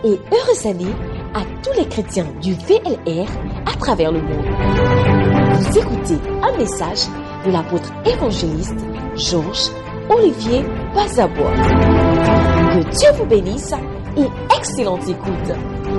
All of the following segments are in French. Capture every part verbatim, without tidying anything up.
et heureuse année à tous les chrétiens du V L R à travers le monde. Vous écoutez un message de l'apôtre évangéliste Georges Olivier Bazabois. Que Dieu vous bénisse et excellente écoute.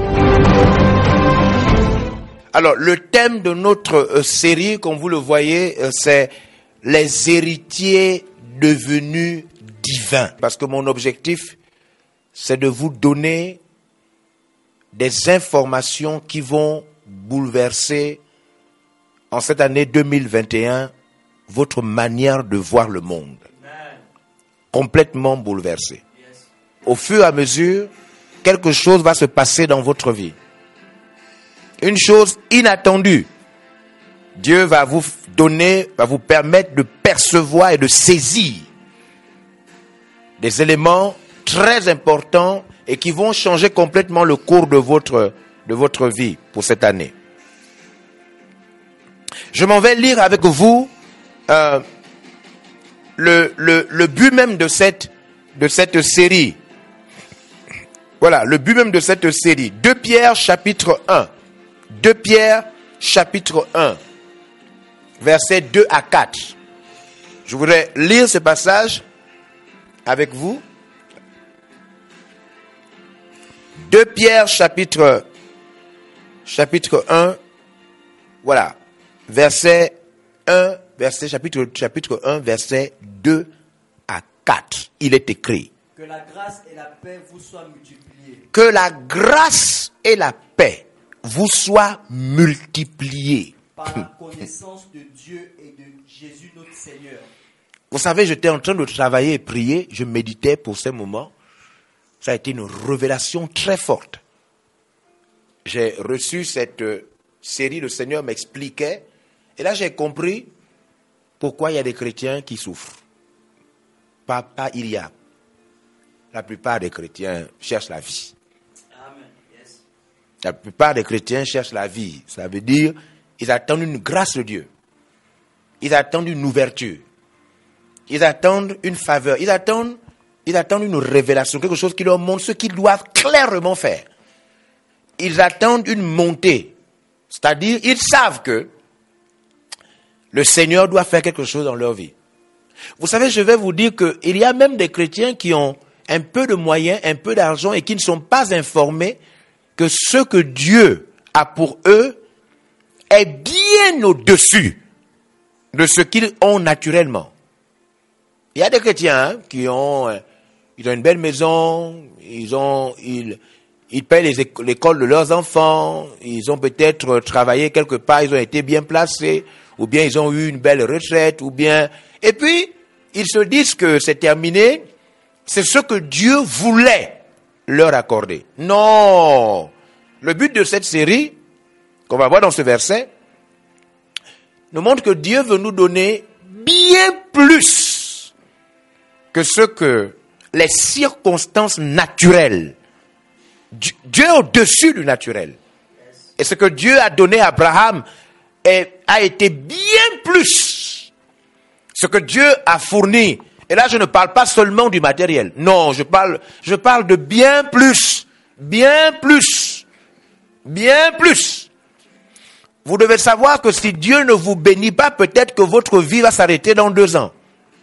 Alors, le thème de notre euh, série, comme vous le voyez, euh, c'est les héritiers devenus divins. Parce que mon objectif, c'est de vous donner des informations qui vont bouleverser, en cette année deux mille vingt et un, votre manière de voir le monde. Amen. Complètement bouleversée. Yes. Au fur et à mesure, quelque chose va se passer dans votre vie. Une chose inattendue. Dieu va vous donner, va vous permettre de percevoir et de saisir des éléments très importants et qui vont changer complètement le cours de votre, de votre vie pour cette année. Je m'en vais lire avec vous euh, le, le, le but même de cette, de cette série. Voilà, le but même de cette série. deux Pierre chapitre un. deux Pierre chapitre un. Versets deux à quatre. Je voudrais lire ce passage avec vous. deux Pierre chapitre, chapitre un. Voilà. Verset un, verset, chapitre, chapitre un, verset deux à quatre. Il est écrit. Que la grâce et la paix vous soient multipliées. Que la grâce et la paix vous soient multipliées. Par la connaissance de Dieu et de Jésus notre Seigneur. Vous savez, j'étais en train de travailler et prier, je méditais pour ces moments. Ça a été une révélation très forte. J'ai reçu cette euh, série, le Seigneur m'expliquait, et là j'ai compris pourquoi il y a des chrétiens qui souffrent. Pas, pas il y a. La plupart des chrétiens cherchent la vie. Amen. Yes. La plupart des chrétiens cherchent la vie. Ça veut dire ils attendent une grâce de Dieu. Ils attendent une ouverture. Ils attendent une faveur. Ils attendent, ils attendent une révélation, quelque chose qui leur montre ce qu'ils doivent clairement faire. Ils attendent une montée. C'est-à-dire, ils savent que le Seigneur doit faire quelque chose dans leur vie. Vous savez, je vais vous dire qu'il y a même des chrétiens qui ont un peu de moyens, un peu d'argent et qui ne sont pas informés que ce que Dieu a pour eux est bien au-dessus de ce qu'ils ont naturellement. Il y a des chrétiens hein, qui ont, euh, ils ont une belle maison, ils ont, ils, ils payent les éco- l'école de leurs enfants, ils ont peut-être travaillé quelque part, ils ont été bien placés, ou bien ils ont eu une belle retraite, ou bien, et puis ils se disent que c'est terminé, c'est ce que Dieu voulait leur accorder. Non, le but de cette série, qu'on va voir dans ce verset, nous montre que Dieu veut nous donner bien plus que ce que les circonstances naturelles. Dieu est au-dessus du naturel. Et ce que Dieu a donné à Abraham est, a été bien plus. Ce que Dieu a fourni. Et là, je ne parle pas seulement du matériel. Non, je parle, je parle de bien plus. Bien plus. Bien plus. Vous devez savoir que si Dieu ne vous bénit pas, peut-être que votre vie va s'arrêter dans deux ans.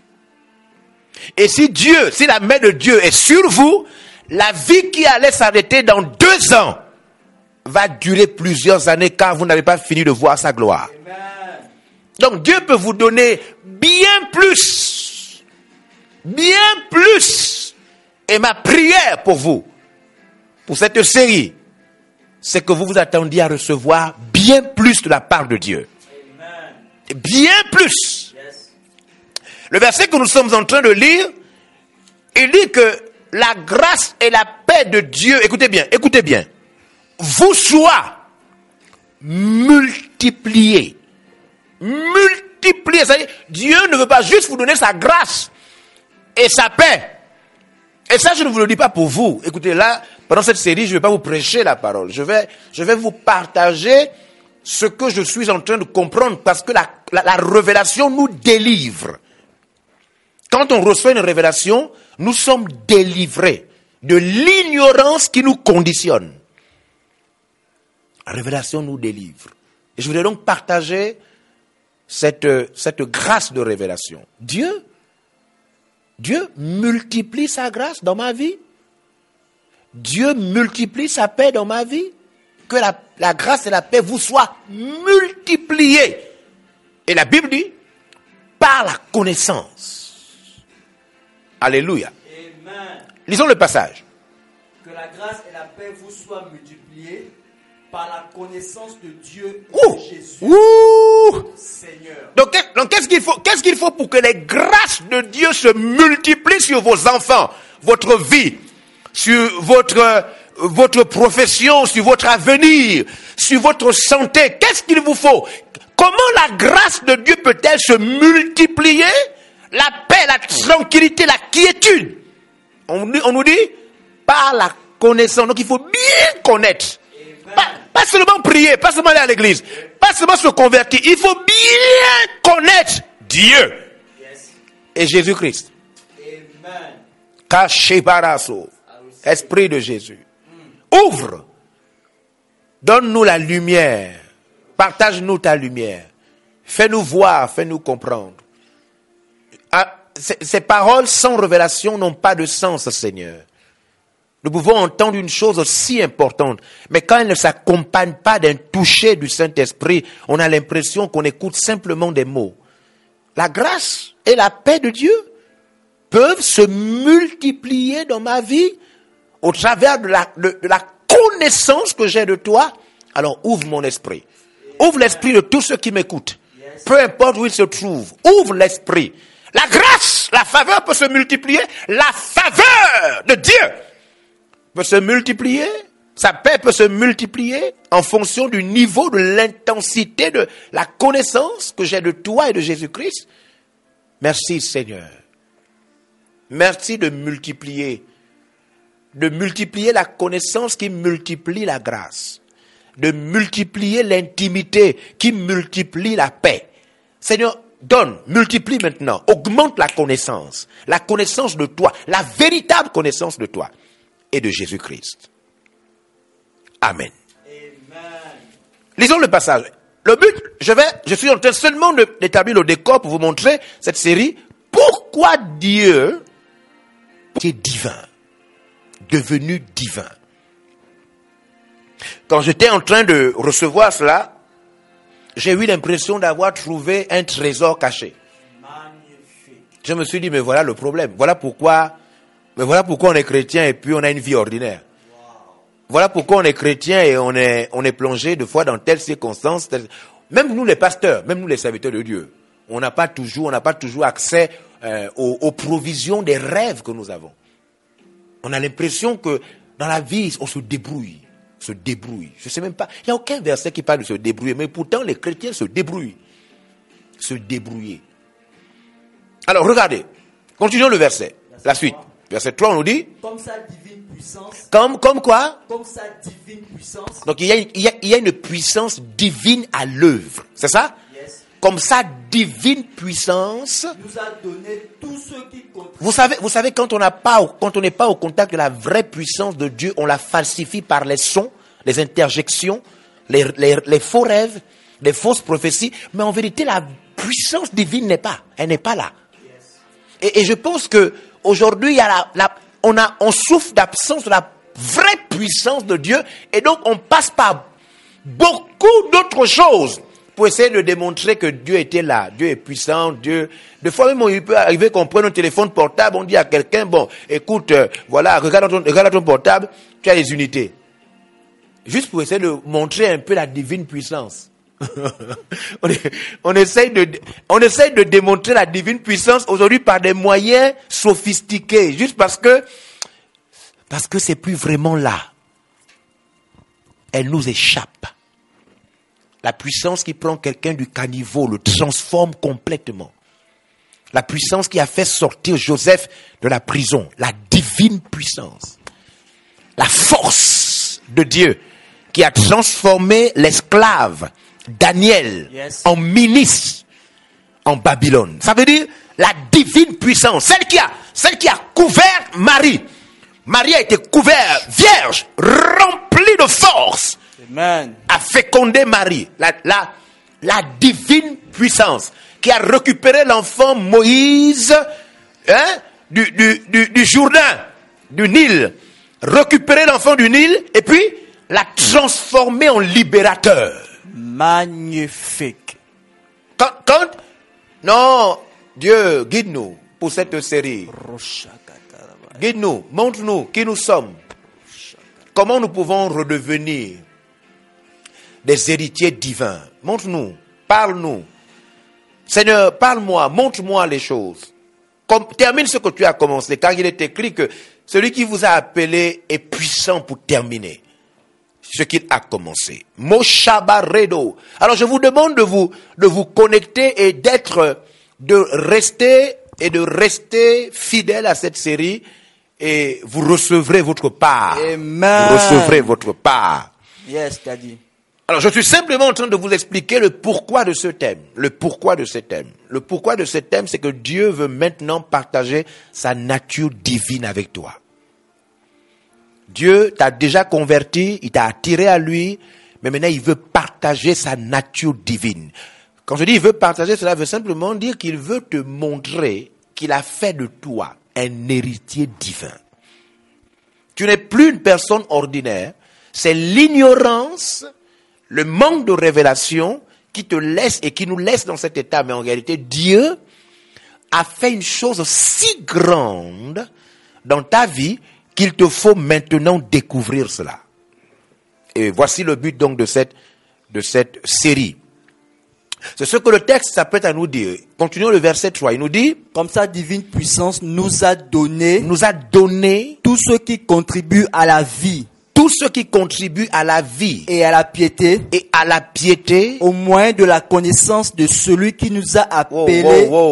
Et si Dieu, si la main de Dieu est sur vous, la vie qui allait s'arrêter dans deux ans va durer plusieurs années car vous n'avez pas fini de voir sa gloire. Amen. Donc Dieu peut vous donner bien plus. Bien plus. Et ma prière pour vous, pour cette série, c'est que vous vous attendiez à recevoir bien plus de la part de Dieu. Amen. Bien plus. Yes. Le verset que nous sommes en train de lire, il dit que la grâce et la paix de Dieu, écoutez bien, écoutez bien, vous soient multipliées. Multipliées. C'est-à-dire, Dieu ne veut pas juste vous donner sa grâce et sa paix. Et ça, je ne vous le dis pas pour vous. Écoutez, là, pendant cette série, je ne vais pas vous prêcher la parole. Je vais, je vais vous partager ce que je suis en train de comprendre parce que la, la, la révélation nous délivre. Quand on reçoit une révélation, nous sommes délivrés. de l'ignorance qui nous conditionne. La révélation nous délivre. Et je voudrais donc partager cette, cette grâce de révélation. Dieu, Dieu multiplie sa grâce dans ma vie. Dieu multiplie sa paix dans ma vie. Que la, la grâce et la paix vous soient multipliées. Et la Bible dit, par la connaissance. Alléluia. Amen. Lisons le passage. Que la grâce et la paix vous soient multipliées par la connaissance de Dieu et Ouh. de Jésus, Ouh. Seigneur. Donc, qu'est- donc qu'est-ce qu'il faut, qu'est-ce qu'il faut pour que les grâces de Dieu se multiplient sur vos enfants, votre vie, sur votre, euh, votre profession, sur votre avenir, sur votre santé? Qu'est-ce qu'il vous faut? Comment la grâce de Dieu peut-elle se multiplier? La paix, la tranquillité, la quiétude. On, nous dit- on nous dit par la connaissance. Donc il faut bien connaître. Pas, pas seulement prier, pas seulement aller à l'église, pas seulement se convertir. Il faut bien connaître Dieu Yes. et Jésus-Christ. Amen. Kashebaraso, Esprit de Jésus. Ouvre. Donne-nous la lumière. Partage-nous ta lumière. Fais-nous voir, fais-nous comprendre. Ah, ces, ces paroles sans révélation n'ont pas de sens, Seigneur. Nous pouvons entendre une chose aussi importante, mais quand elle ne s'accompagne pas d'un toucher du Saint-Esprit, on a l'impression qu'on écoute simplement des mots. La grâce et la paix de Dieu peuvent se multiplier dans ma vie au travers de la, de, de la connaissance que j'ai de toi. Alors ouvre mon esprit. Ouvre l'esprit de tous ceux qui m'écoutent. Peu importe où ils se trouvent. Ouvre l'esprit. La grâce, la faveur peut se multiplier. La faveur de Dieu peut se multiplier. Sa paix peut se multiplier en fonction du niveau de l'intensité de la connaissance que j'ai de toi et de Jésus-Christ. Merci Seigneur. Merci de multiplier. De multiplier la connaissance qui multiplie la grâce. De multiplier l'intimité qui multiplie la paix. Seigneur, donne, multiplie maintenant, augmente la connaissance, la connaissance de toi, la véritable connaissance de toi et de Jésus-Christ. Amen. Amen. Lisons le passage. Le but, je vais, je suis en train seulement de- d'établir le décor pour vous montrer cette série. Pourquoi Dieu est divin, devenu divin. Quand j'étais en train de recevoir cela, j'ai eu l'impression d'avoir trouvé un trésor caché. Magnifique. Je me suis dit, mais voilà le problème. Voilà pourquoi, mais voilà pourquoi on est chrétien et puis on a une vie ordinaire. Voilà pourquoi on est chrétien et on est, on est plongé de fois dans telles circonstances. Telles... Même nous les pasteurs, même nous les serviteurs de Dieu, on n'a pas toujours, on n'a pas toujours accès euh, aux, aux provisions des rêves que nous avons. On a l'impression que dans la vie, on se débrouille. Se débrouille. Je sais même pas. Il n'y a aucun verset qui parle de se débrouiller. Mais pourtant, les chrétiens se débrouillent. Se débrouiller. Alors, regardez. Continuons le verset. La suite. Verset trois, on nous dit. Comme sa divine puissance. Comme, comme quoi? Comme sa divine puissance. Donc, il y a, il y a, il y a une puissance divine à l'œuvre. C'est ça? Yes. Comme sa divine puissance. Nous a donné tous ceux qui contribuent. Vous savez, vous savez, quand on n'a pas, quand on n'est pas au contact de la vraie puissance de Dieu, on la falsifie par les sons, les interjections, les, les, les faux rêves, les fausses prophéties. Mais en vérité, la puissance divine n'est pas, elle n'est pas là. Et, et je pense que aujourd'hui, il y a la, la, on a, on souffre d'absence de la vraie puissance de Dieu, et donc on passe par beaucoup d'autres choses pour essayer de démontrer que Dieu était là. Dieu est puissant, Dieu... Des fois même, il peut arriver qu'on prenne un téléphone portable, on dit à quelqu'un, bon, écoute, euh, voilà, regarde ton, regarde ton portable, tu as les unités. Juste pour essayer de montrer un peu la divine puissance. on, est, on, essaye de, on essaye de démontrer la divine puissance aujourd'hui par des moyens sophistiqués, juste parce que, parce que c'est plus vraiment là. Elle nous échappe. La puissance qui prend quelqu'un du caniveau, le transforme complètement. La puissance qui a fait sortir Joseph de la prison. La divine puissance. La force de Dieu qui a transformé l'esclave Daniel Yes. en ministre en Babylone. Ça veut dire la divine puissance. Celle qui a, celle qui a couvert Marie. Marie a été couverte, vierge, remplie de force, Amen. a fécondé Marie, la, la, la divine puissance, qui a récupéré l'enfant Moïse hein, du, du, du, du Jourdain, du Nil, récupéré l'enfant du Nil, et puis l'a transformé en libérateur. Magnifique. Quand, quand, non, Dieu, guide-nous pour cette série. Guide-nous, montre-nous qui nous sommes. Comment nous pouvons redevenir des héritiers divins. Montre-nous, parle-nous. Seigneur, parle-moi, montre-moi les choses. Comme, termine ce que tu as commencé, car il est écrit que celui qui vous a appelé est puissant pour terminer ce qu'il a commencé. Moshabaredo. Alors je vous demande de vous, de vous connecter et d'être, de rester et de rester fidèle à cette série et vous recevrez votre part. Amen. Vous recevrez votre part. Yes, Daddy. Alors je suis simplement en train de vous expliquer le pourquoi de ce thème. Le pourquoi de ce thème. Le pourquoi de ce thème, c'est que Dieu veut maintenant partager sa nature divine avec toi. Dieu t'a déjà converti, il t'a attiré à lui, mais maintenant il veut partager sa nature divine. Quand je dis il veut partager, cela veut simplement dire qu'il veut te montrer qu'il a fait de toi un héritier divin. Tu n'es plus une personne ordinaire, c'est l'ignorance, le manque de révélation qui te laisse et qui nous laisse dans cet état. Mais en réalité, Dieu a fait une chose si grande dans ta vie qu'il te faut maintenant découvrir cela. Et voici le but donc de cette, de cette série. C'est ce que le texte s'apprête à nous dire. Continuons le verset trois. Il nous dit, comme sa divine puissance nous a donné, nous a donné tout ce qui contribue à la vie, tout ce qui contribue à la vie et à la piété, et à la piété, au moyen de la connaissance de celui qui nous a appelés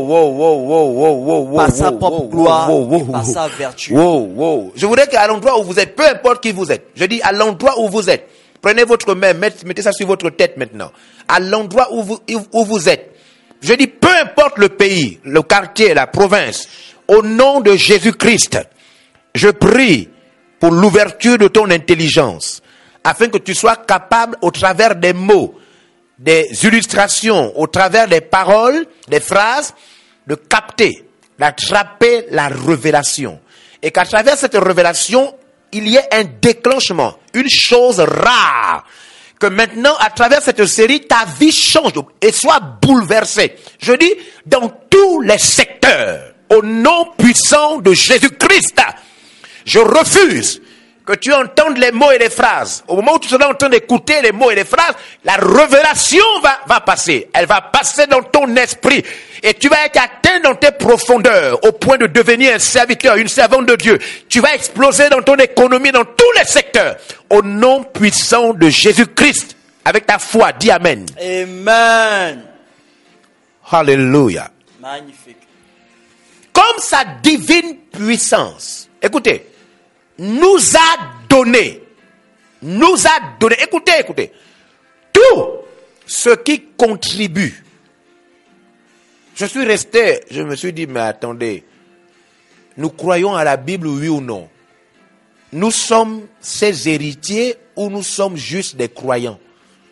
par sa propre gloire et par sa vertu. Wow, wow. Je voudrais qu'à l'endroit où vous êtes, peu importe qui vous êtes, je dis à l'endroit où vous êtes, prenez votre main, mettez, mettez ça sur votre tête maintenant. À l'endroit où vous, où vous êtes, je dis peu importe le pays, le quartier, la province, au nom de Jésus-Christ, je prie pour l'ouverture de ton intelligence, afin que tu sois capable, au travers des mots, des illustrations, au travers des paroles, des phrases, de capter, d'attraper la révélation. Et qu'à travers cette révélation, il y ait un déclenchement, une chose rare, que maintenant, à travers cette série, ta vie change et soit bouleversée. Je dis, dans tous les secteurs, au nom puissant de Jésus-Christ, je refuse que tu entendes les mots et les phrases. Au moment où tu seras en train d'écouter les mots et les phrases, la révélation va, va passer. Elle va passer dans ton esprit. Et tu vas être atteint dans tes profondeurs, au point de devenir un serviteur, une servante de Dieu. Tu vas exploser dans ton économie, dans tous les secteurs. Au nom puissant de Jésus-Christ. Avec ta foi, dis Amen. Amen. Alléluia. Magnifique. Comme sa divine puissance, écoutez, nous a donné, nous a donné, écoutez, écoutez, tout ce qui contribue. Je suis resté, je me suis dit, mais attendez, nous croyons à la Bible, oui ou non? Nous sommes ses héritiers ou nous sommes juste des croyants?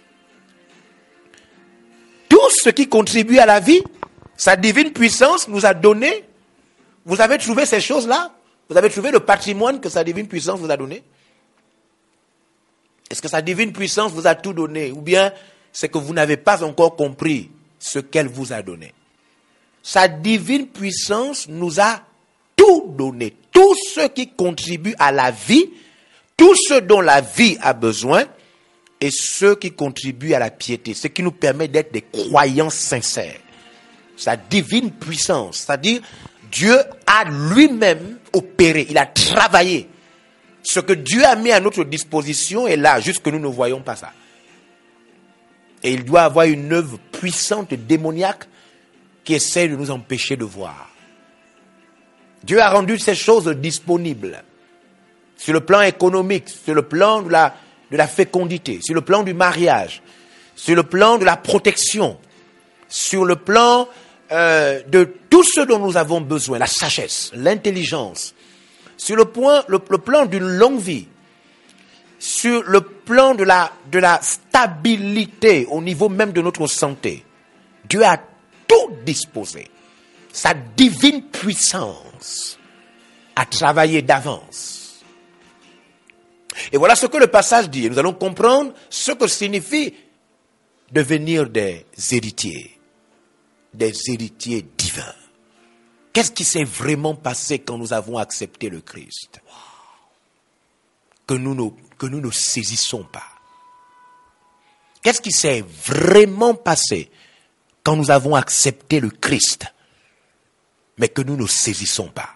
Tout ce qui contribue à la vie, sa divine puissance nous a donné. Vous avez trouvé ces choses-là? Vous avez trouvé le patrimoine que sa divine puissance vous a donné? Est-ce que sa divine puissance vous a tout donné? Ou bien c'est que vous n'avez pas encore compris ce qu'elle vous a donné? Sa divine puissance nous a tout donné. Tout ce qui contribue à la vie, tout ce dont la vie a besoin, et ce qui contribue à la piété, ce qui nous permet d'être des croyants sincères. Sa divine puissance, c'est-à-dire Dieu a lui-même opéré, il a travaillé. Ce que Dieu a mis à notre disposition est là, juste que nous ne voyons pas ça. Et il doit avoir une œuvre puissante, démoniaque, qui essaie de nous empêcher de voir. Dieu a rendu ces choses disponibles. Sur le plan économique, sur le plan de la, de la fécondité, sur le plan du mariage, sur le plan de la protection, sur le plan euh, de tout ce dont nous avons besoin, la sagesse, l'intelligence, sur le, point, le, le plan d'une longue vie, sur le plan de la, de la stabilité au niveau même de notre santé, Dieu a tout disposé. Sa divine puissance a travaillé d'avance. Et voilà ce que le passage dit. Et nous allons comprendre ce que signifie devenir des héritiers, des héritiers divins. Qu'est-ce qui s'est vraiment passé quand nous avons accepté le Christ? Que nous ne, que nous ne saisissons pas. Qu'est-ce qui s'est vraiment passé quand nous avons accepté le Christ, mais que nous ne saisissons pas?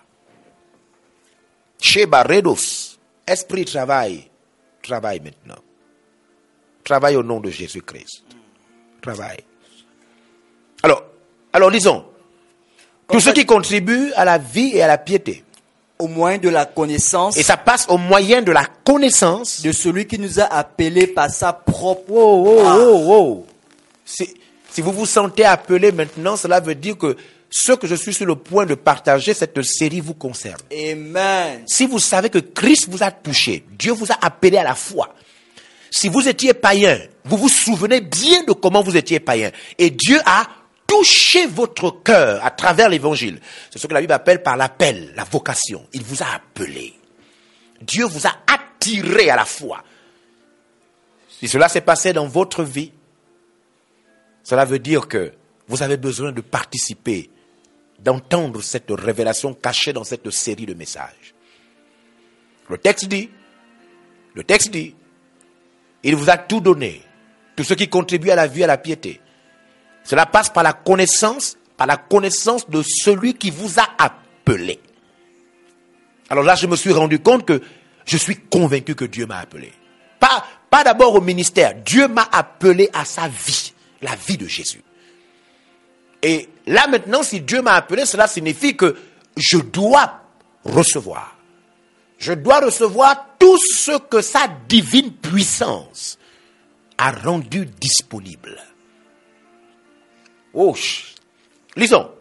Chez Barredos, Esprit travaille, travaille maintenant. Travaille au nom de Jésus-Christ. Travaille. Alors, alors lisons. Tout ce qui contribue à la vie et à la piété. Au moyen de la connaissance. Et ça passe au moyen de la connaissance. De celui qui nous a appelés par sa propre... Oh, oh, oh, oh. Si, si vous vous sentez appelé maintenant, cela veut dire que ce que je suis sur le point de partager, cette série vous concerne. Amen. Si vous savez que Christ vous a touché, Dieu vous a appelé à la foi. Si vous étiez païen, vous vous souvenez bien de comment vous étiez païen. Et Dieu a touché votre cœur à travers l'évangile. C'est ce que la Bible appelle par l'appel, la vocation. Il vous a appelé. Dieu vous a attiré à la foi. Si cela s'est passé dans votre vie, cela veut dire que vous avez besoin de participer, d'entendre cette révélation cachée dans cette série de messages. Le texte dit, le texte dit, il vous a tout donné, tout ce qui contribue à la vie et à la piété. Cela passe par la connaissance, par la connaissance de celui qui vous a appelé. Alors là, je me suis rendu compte que je suis convaincu que Dieu m'a appelé. Pas, pas d'abord au ministère, Dieu m'a appelé à sa vie, la vie de Jésus. Et là maintenant, si Dieu m'a appelé, cela signifie que je dois recevoir. Je dois recevoir tout ce que sa divine puissance a rendu disponible. Oh, lisons.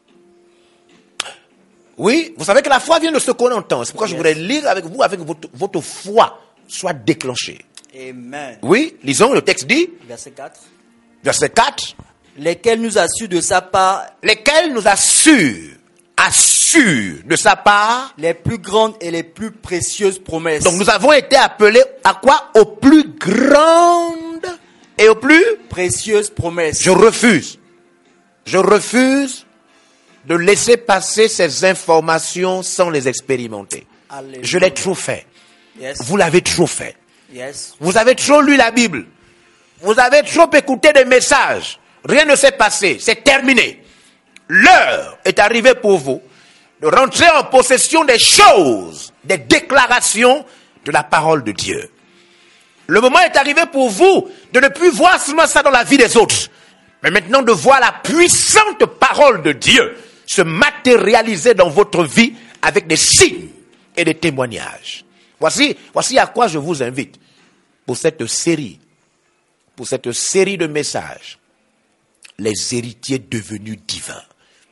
Oui, vous savez que la foi vient de ce qu'on entend. C'est pourquoi yes. je voudrais lire avec vous, avec votre, votre foi soit déclenchée. Amen. Oui, lisons, le texte dit. Verset quatre. Verset quatre. Lesquels nous assurent de sa part. Lesquels nous assurent, assurent de sa part. Les plus grandes et les plus précieuses promesses. Donc nous avons été appelés à quoi? Aux plus grandes et aux plus précieuses promesses. Je refuse. Je refuse de laisser passer ces informations sans les expérimenter. Alléluia. Je l'ai trop fait. Yes. Vous l'avez trop fait. Yes. Vous avez trop lu la Bible. Vous avez trop écouté des messages. Rien ne s'est passé. C'est terminé. L'heure est arrivée pour vous de rentrer en possession des choses, des déclarations de la parole de Dieu. Le moment est arrivé pour vous de ne plus voir seulement ça dans la vie des autres, mais maintenant de voir la puissante parole de Dieu se matérialiser dans votre vie avec des signes et des témoignages. Voici, voici à quoi je vous invite pour cette série, pour cette série de messages. Les héritiers devenus divins.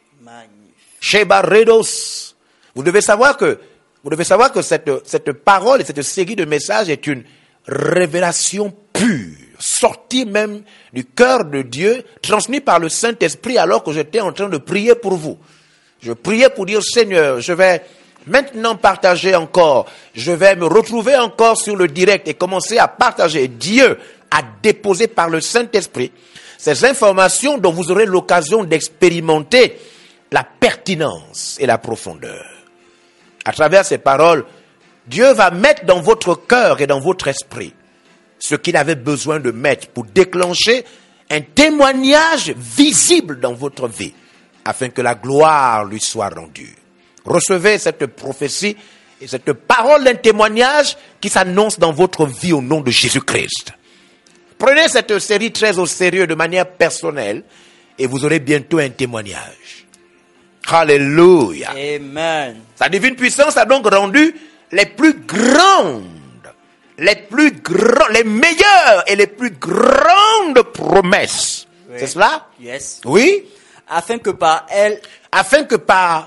Chez Barredos, vous devez savoir que, vous devez savoir que cette, cette parole et cette série de messages est une révélation pure, sortie même du cœur de Dieu, transmise par le Saint-Esprit alors que j'étais en train de prier pour vous. Je priais pour dire, Seigneur, je vais maintenant partager encore, je vais me retrouver encore sur le direct et commencer à partager. Dieu a déposé par le Saint-Esprit ces informations dont vous aurez l'occasion d'expérimenter la pertinence et la profondeur. À travers ces paroles, Dieu va mettre dans votre cœur et dans votre esprit ce qu'il avait besoin de mettre pour déclencher un témoignage visible dans votre vie, afin que la gloire lui soit rendue. Recevez cette prophétie et cette parole d'un témoignage qui s'annonce dans votre vie au nom de Jésus-Christ. Prenez cette série très au sérieux de manière personnelle et vous aurez bientôt un témoignage. Alléluia. Amen. Sa divine puissance a donc rendu les plus grandes, les plus grands, les meilleures et les plus grandes promesses. Oui. C'est cela? Yes. Oui. Afin que par elle, afin que par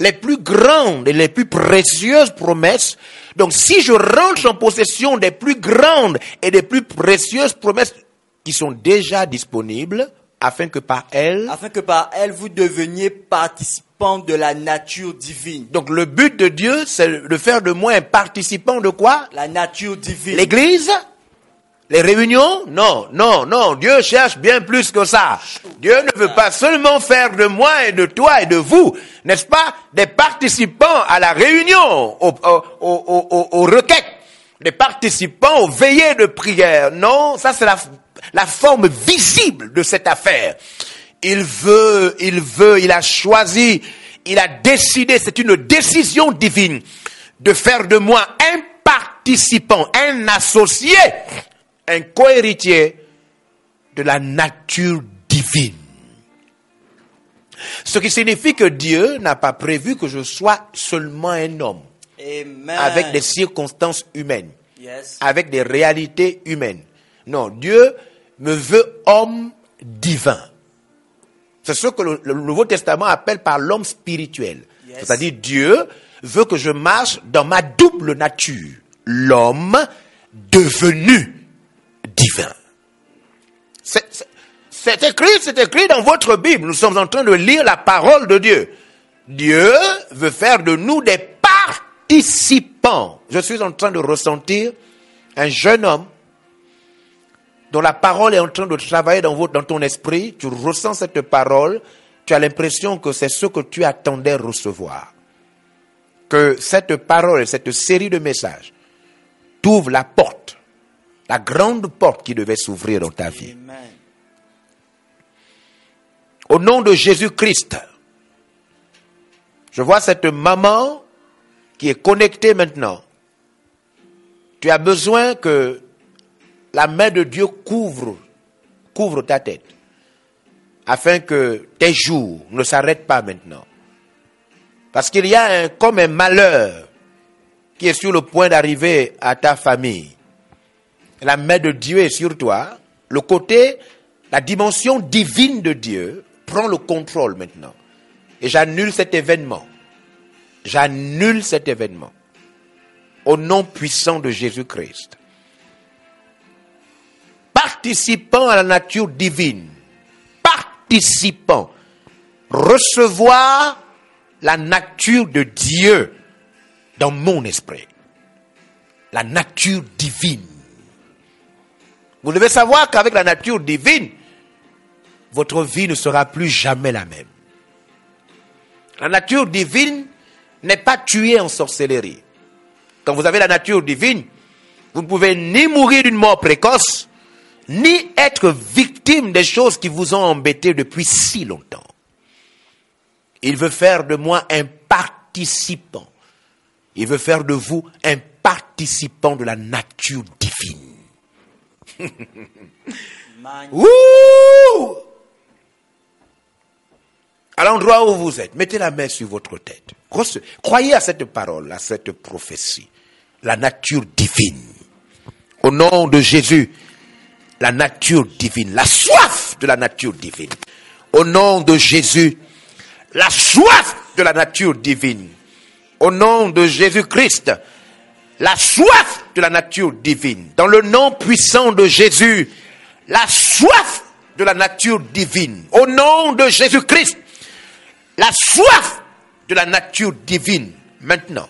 les plus grandes et les plus précieuses promesses. Donc si je rentre en possession des plus grandes et des plus précieuses promesses qui sont déjà disponibles, afin que par elles, afin que par elles vous deveniez participants de la nature divine. Donc le but de Dieu, c'est de faire de moi un participant de quoi? La nature divine. L'église? Les réunions? Non, non, non. Dieu cherche bien plus que ça. Dieu ne veut pas seulement faire de moi et de toi et de vous, n'est-ce pas, des participants à la réunion, aux, aux, aux, aux, aux requêtes, des participants aux veillées de prière. Non, ça c'est la, la forme visible de cette affaire. Il veut, il veut, il a choisi, il a décidé, c'est une décision divine, de faire de moi un participant, un associé, un co-héritier de la nature divine. Ce qui signifie que Dieu n'a pas prévu que je sois seulement un homme. Amen. Avec des circonstances humaines, Yes. avec des réalités humaines. Non, Dieu me veut homme divin. C'est ce que le, le Nouveau Testament appelle par l'homme spirituel. Yes. C'est-à-dire Dieu veut que je marche dans ma double nature. L'homme devenu divin. C'est, c'est, c'est écrit, c'est écrit dans votre Bible. Nous sommes en train de lire la parole de Dieu. Dieu veut faire de nous des participants. Je suis en train de ressentir un jeune homme dont la parole est en train de travailler dans, votre, dans ton esprit. Tu ressens cette parole. Tu as l'impression que c'est ce que tu attendais recevoir. Que cette parole, cette série de messages t'ouvre la porte, la grande porte qui devait s'ouvrir dans ta vie. Amen. Au nom de Jésus-Christ, je vois cette maman qui est connectée maintenant. Tu as besoin que la main de Dieu couvre, couvre ta tête, afin que tes jours ne s'arrêtent pas maintenant. Parce qu'il y a un, comme un malheur qui est sur le point d'arriver à ta famille. La main de Dieu est sur toi. Le côté, la dimension divine de Dieu prend le contrôle maintenant. Et j'annule cet événement. J'annule cet événement. Au nom puissant de Jésus-Christ. Participant à la nature divine. Participant. Recevoir la nature de Dieu dans mon esprit. La nature divine. Vous devez savoir qu'avec la nature divine, votre vie ne sera plus jamais la même. La nature divine n'est pas tuée en sorcellerie. Quand vous avez la nature divine, vous ne pouvez ni mourir d'une mort précoce, ni être victime des choses qui vous ont embêté depuis si longtemps. Il veut faire de moi un participant. Il veut faire de vous un participant de la nature divine. Ouh! À l'endroit où vous êtes, mettez la main sur votre tête. Croyez à cette parole, à cette prophétie. La nature divine. Au nom de Jésus, la nature divine, la soif de la nature divine. Au nom de Jésus, la soif de la nature divine. Au nom de Jésus-Christ, la soif de la nature divine. Dans le nom puissant de Jésus, la soif de la nature divine. Au nom de Jésus-Christ, la soif de la nature divine. Maintenant.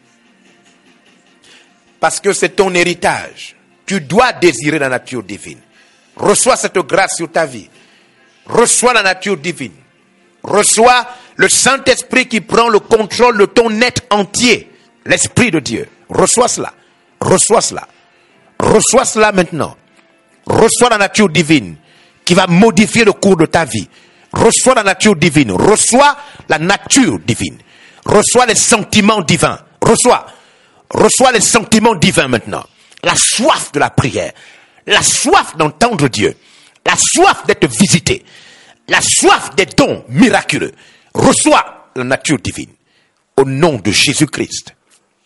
Parce que c'est ton héritage. Tu dois désirer la nature divine. Reçois cette grâce sur ta vie. Reçois la nature divine. Reçois le Saint-Esprit qui prend le contrôle de ton être entier. L'Esprit de Dieu. Reçois cela. Reçois cela. Reçois cela maintenant. Reçois la nature divine qui va modifier le cours de ta vie. Reçois la nature divine. Reçois la nature divine. Reçois les sentiments divins. Reçois. Reçois les sentiments divins maintenant. La soif de la prière. La soif d'entendre Dieu. La soif d'être visité. La soif des dons miraculeux. Reçois la nature divine. Au nom de Jésus-Christ.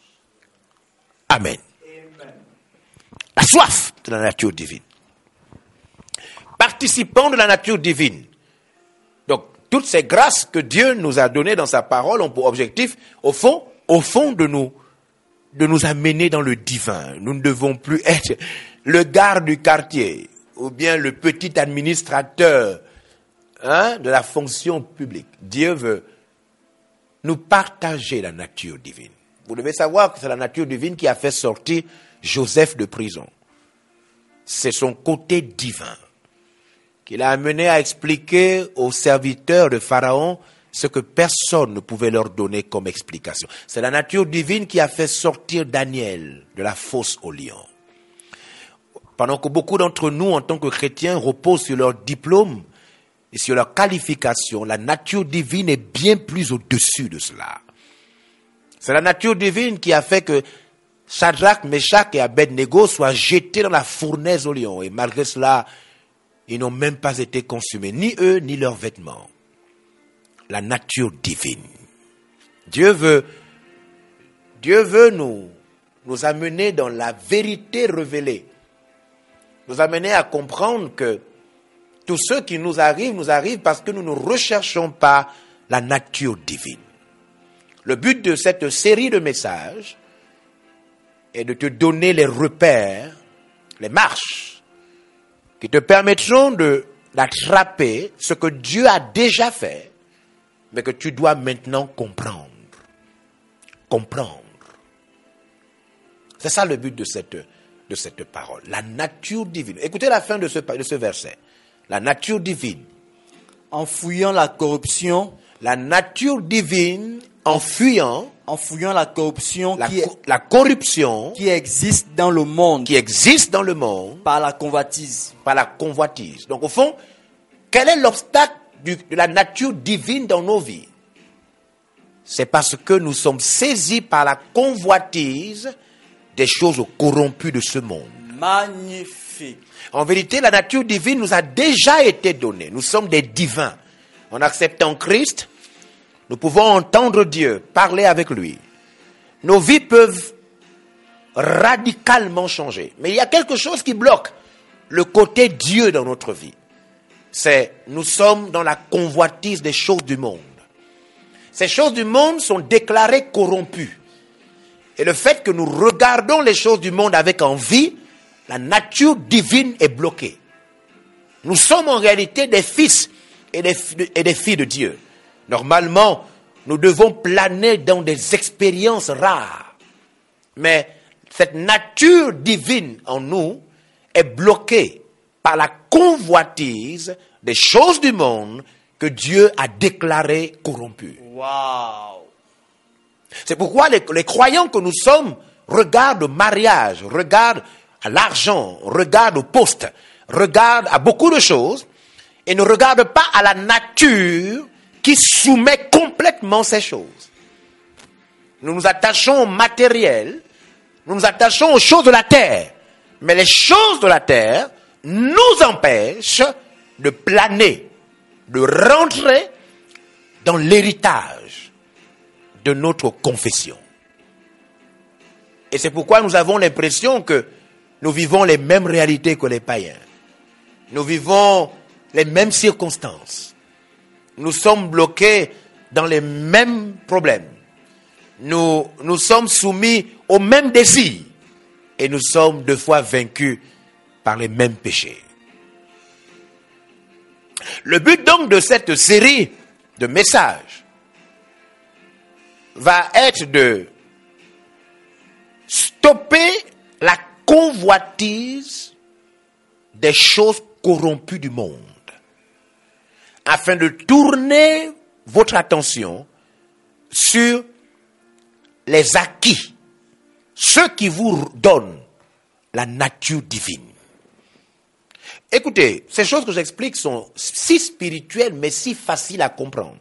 Amen. Amen. La soif de la nature divine. Participant de la nature divine. Donc, toutes ces grâces que Dieu nous a données dans sa parole ont pour objectif, au fond, au fond de nous, de nous amener dans le divin. Nous ne devons plus être le garde du quartier ou bien le petit administrateur hein, de la fonction publique. Dieu veut nous partager la nature divine. Vous devez savoir que c'est la nature divine qui a fait sortir Joseph de prison. C'est son côté divin qui l'a amené à expliquer aux serviteurs de Pharaon ce que personne ne pouvait leur donner comme explication. C'est la nature divine qui a fait sortir Daniel de la fosse aux lions. Pendant que beaucoup d'entre nous, en tant que chrétiens, reposent sur leur diplôme et sur leur qualification, la nature divine est bien plus au-dessus de cela. C'est la nature divine qui a fait que Shadrach, Meshach et Abednego soient jetés dans la fournaise aux lions. Et malgré cela, ils n'ont même pas été consumés, ni eux, ni leurs vêtements. La nature divine. Dieu veut, Dieu veut nous, nous amener dans la vérité révélée. Nous amener à comprendre que tout ce qui nous arrive, nous arrive parce que nous ne recherchons pas la nature divine. Le but de cette série de messages est de te donner les repères, les marches, qui te permettront de, d'attraper ce que Dieu a déjà fait, mais que tu dois maintenant comprendre. Comprendre. C'est ça le but de cette, de cette parole. La nature divine. Écoutez la fin de ce, de ce verset. La nature divine. En fuyant la corruption. La nature divine, en fuyant. En fuyant la corruption La, qui, co- la corruption. qui existe dans le monde. Qui existe dans le monde. Par la convoitise. Par la convoitise. Donc au fond, quel est l'obstacle du, de la nature divine dans nos vies? C'est parce que nous sommes saisis par la convoitise des choses corrompues de ce monde. Magnifique. En vérité, la nature divine nous a déjà été donnée. Nous sommes des divins. En acceptant Christ, nous pouvons entendre Dieu, parler avec lui. Nos vies peuvent radicalement changer. Mais il y a quelque chose qui bloque le côté Dieu dans notre vie. C'est, nous sommes dans la convoitise des choses du monde. Ces choses du monde sont déclarées corrompues. Et le fait que nous regardons les choses du monde avec envie, la nature divine est bloquée. Nous sommes en réalité des fils et des, et des filles de Dieu. Normalement, nous devons planer dans des expériences rares. Mais cette nature divine en nous est bloquée par la convoitise des choses du monde que Dieu a déclarées corrompues. Wow. C'est pourquoi les, les croyants que nous sommes regardent au mariage, regardent à l'argent, regardent au poste, regardent à beaucoup de choses et ne regardent pas à la nature qui soumet complètement ces choses. Nous nous attachons au matériel, nous nous attachons aux choses de la terre, mais les choses de la terre nous empêchent de planer, de rentrer dans l'héritage de notre confession. Et c'est pourquoi nous avons l'impression que nous vivons les mêmes réalités que les païens. Nous vivons les mêmes circonstances. Nous sommes bloqués dans les mêmes problèmes. Nous, nous sommes soumis aux mêmes désirs. Et nous sommes deux fois vaincus par les mêmes péchés. Le but donc de cette série de messages va être de stopper la convoitise des choses corrompues du monde, afin de tourner votre attention sur les acquis, ceux qui vous donnent la nature divine. Écoutez, ces choses que j'explique sont si spirituelles, mais si faciles à comprendre.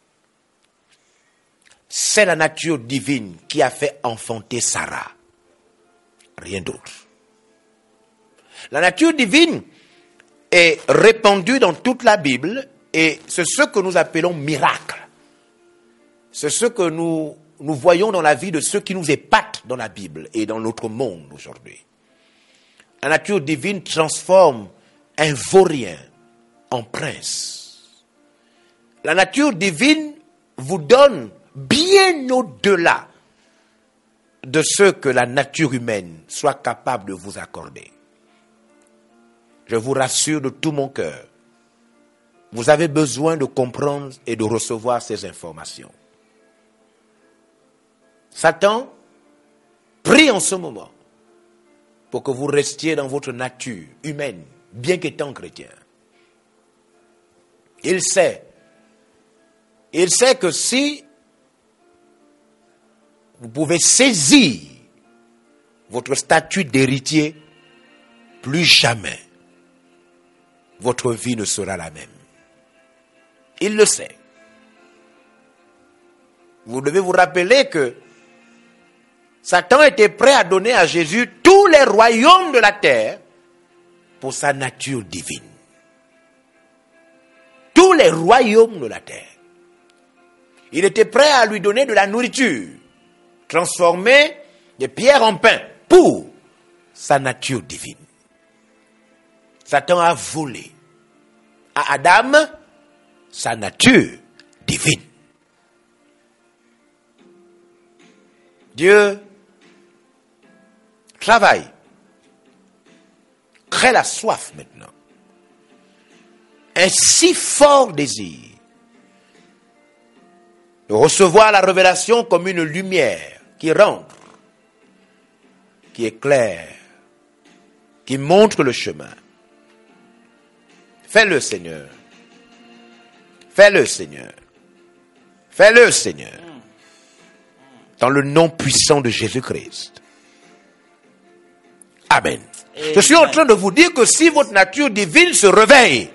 C'est la nature divine qui a fait enfanter Sarah. Rien d'autre. La nature divine est répandue dans toute la Bible et c'est ce que nous appelons miracle. C'est ce que nous, nous voyons dans la vie de ceux qui nous épatent dans la Bible et dans notre monde aujourd'hui. La nature divine transforme un vaurien en prince. la nature divine vous donne bien au-delà de ce que la nature humaine soit capable de vous accorder. Je vous rassure de tout mon cœur, vous avez besoin de comprendre et de recevoir ces informations. Satan prie en ce moment pour que vous restiez dans votre nature humaine, bien qu'étant chrétien. Il sait, il sait que si vous pouvez saisir votre statut d'héritier, plus jamais votre vie ne sera la même. Il le sait. Vous devez vous rappeler que Satan était prêt à donner à Jésus tous les royaumes de la terre pour sa nature divine. Tous les royaumes de la terre. Il était prêt à lui donner de la nourriture, transformer des pierres en pain pour sa nature divine. Satan a volé à Adam sa nature divine. Dieu travaille, crée la soif maintenant. Un si fort désir de recevoir la révélation comme une lumière qui rentre, qui éclaire, qui montre le chemin. Fais-le, Seigneur. Fais-le, Seigneur. Fais-le, Seigneur. Dans le nom puissant de Jésus-Christ. Amen. Amen. Je suis en train de vous dire que si votre nature divine se réveille,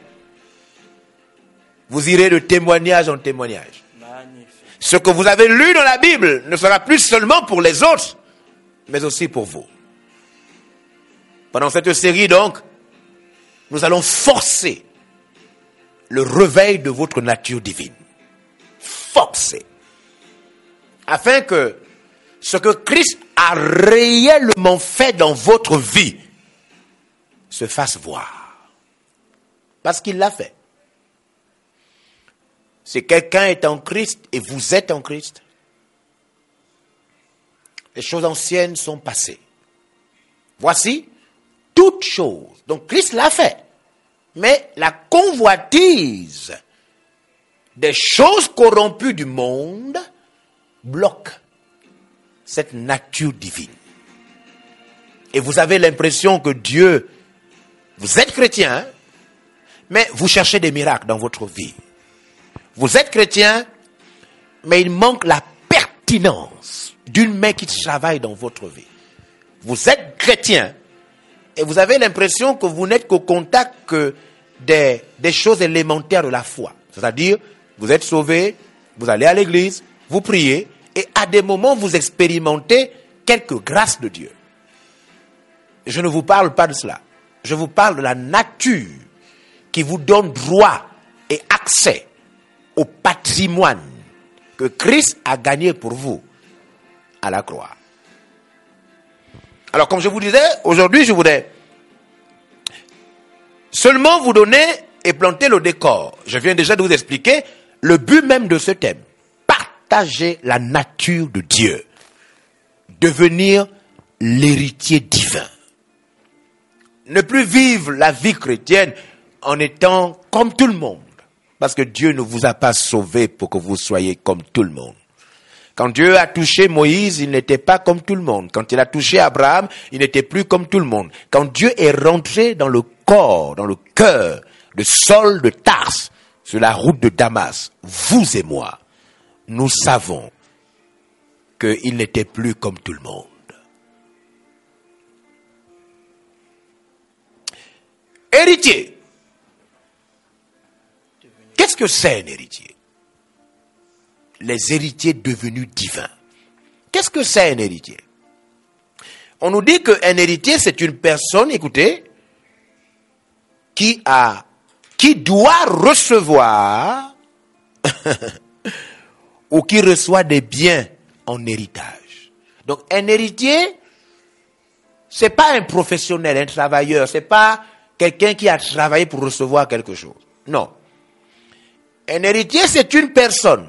vous irez de témoignage en témoignage. Magnifique. Ce que vous avez lu dans la Bible ne sera plus seulement pour les autres, mais aussi pour vous. Pendant cette série, donc, nous allons forcer le réveil de votre nature divine. Forcer. Afin que ce que Christ a réellement fait dans votre vie se fasse voir. Parce qu'il l'a fait. Si quelqu'un est en Christ et vous êtes en Christ, les choses anciennes sont passées. Voici toutes choses. Donc Christ l'a fait. Mais la convoitise des choses corrompues du monde bloque cette nature divine. Et vous avez l'impression que Dieu, vous êtes chrétien, mais vous cherchez des miracles dans votre vie. Vous êtes chrétien, mais il manque la pertinence d'une main qui travaille dans votre vie. Vous êtes chrétien, et vous avez l'impression que vous n'êtes qu'au contact que des, des choses élémentaires de la foi. C'est-à-dire, vous êtes sauvé, vous allez à l'église, vous priez, et à des moments, vous expérimentez quelques grâces de Dieu. Je ne vous parle pas de cela. Je vous parle de la nature qui vous donne droit et accès au patrimoine que Christ a gagné pour vous à la croix. Alors, comme je vous disais, aujourd'hui, je voudrais seulement vous donner et planter le décor. Je viens déjà de vous expliquer le but même de ce thème. Partager la nature de Dieu. Devenir l'héritier divin. Ne plus vivre la vie chrétienne en étant comme tout le monde. Parce que Dieu ne vous a pas sauvé pour que vous soyez comme tout le monde. Quand Dieu a touché Moïse, il n'était pas comme tout le monde. Quand il a touché Abraham, il n'était plus comme tout le monde. Quand Dieu est rentré dans le corps, dans le cœur de Saul de Tarse, sur la route de Damas, vous et moi, nous savons qu'il n'était plus comme tout le monde. Héritier. Qu'est-ce que c'est un héritier? Les héritiers devenus divins. Qu'est-ce que c'est un héritier? On nous dit qu'un héritier, c'est une personne, écoutez, qui a, qui doit recevoir ou qui reçoit des biens en héritage. Donc, un héritier, c'est pas un professionnel, un travailleur, c'est pas quelqu'un qui a travaillé pour recevoir quelque chose. Non. Un héritier, c'est une personne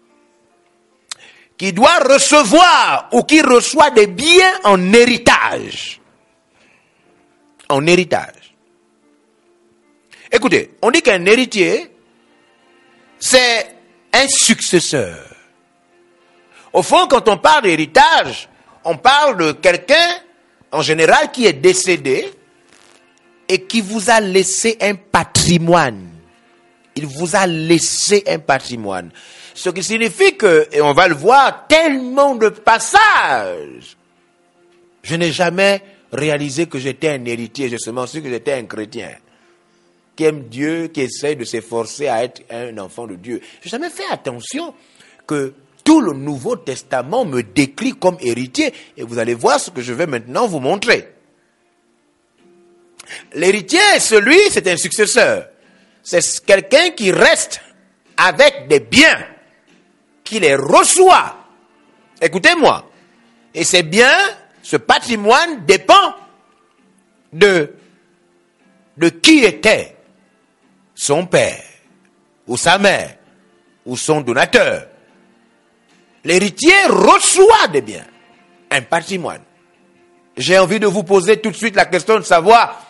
qui doit recevoir ou qui reçoit des biens en héritage. En héritage. Écoutez, on dit qu'un héritier, c'est un successeur. Au fond, quand on parle d'héritage, on parle de quelqu'un, en général, qui est décédé et qui vous a laissé un patrimoine. Il vous a laissé un patrimoine. Ce qui signifie que, et on va le voir, tellement de passages. Je n'ai jamais réalisé que j'étais un héritier. J'ai seulement su que j'étais un chrétien qui aime Dieu, qui essaie de s'efforcer à être un enfant de Dieu. Je n'ai jamais fait attention que tout le Nouveau Testament me décrit comme héritier. Et vous allez voir ce que je vais maintenant vous montrer. L'héritier, celui, c'est un successeur. C'est quelqu'un qui reste avec des biens, qui les reçoit. Écoutez-moi. Et ces biens, ce patrimoine dépend de, de qui était son père, ou sa mère, ou son donateur. L'héritier reçoit des biens, un patrimoine. J'ai envie de vous poser tout de suite la question de savoir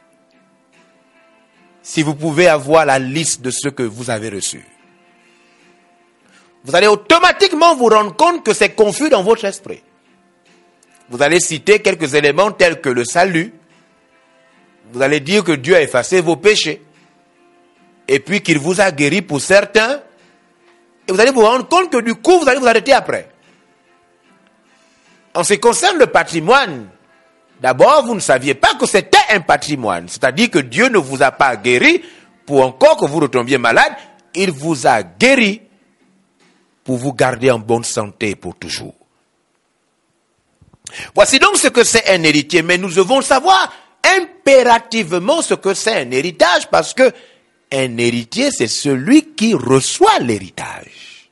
si vous pouvez avoir la liste de ce que vous avez reçu. Vous allez automatiquement vous rendre compte que c'est confus dans votre esprit. Vous allez citer quelques éléments tels que le salut. Vous allez dire que Dieu a effacé vos péchés. Et puis qu'il vous a guéri pour certains. Et vous allez vous rendre compte que du coup, vous allez vous arrêter après. En ce qui concerne le patrimoine, d'abord, vous ne saviez pas que c'était un patrimoine. C'est-à-dire que Dieu ne vous a pas guéri pour encore que vous retombiez malade. Il vous a guéri pour vous garder en bonne santé pour toujours. Voici donc ce que c'est un héritier. Mais nous devons savoir impérativement ce que c'est un héritage, parce que un héritier, c'est celui qui reçoit l'héritage.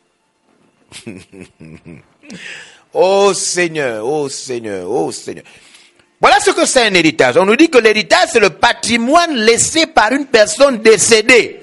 Oh Seigneur, oh Seigneur, oh Seigneur. Voilà ce que c'est un héritage. On nous dit que l'héritage, c'est le patrimoine laissé par une personne décédée,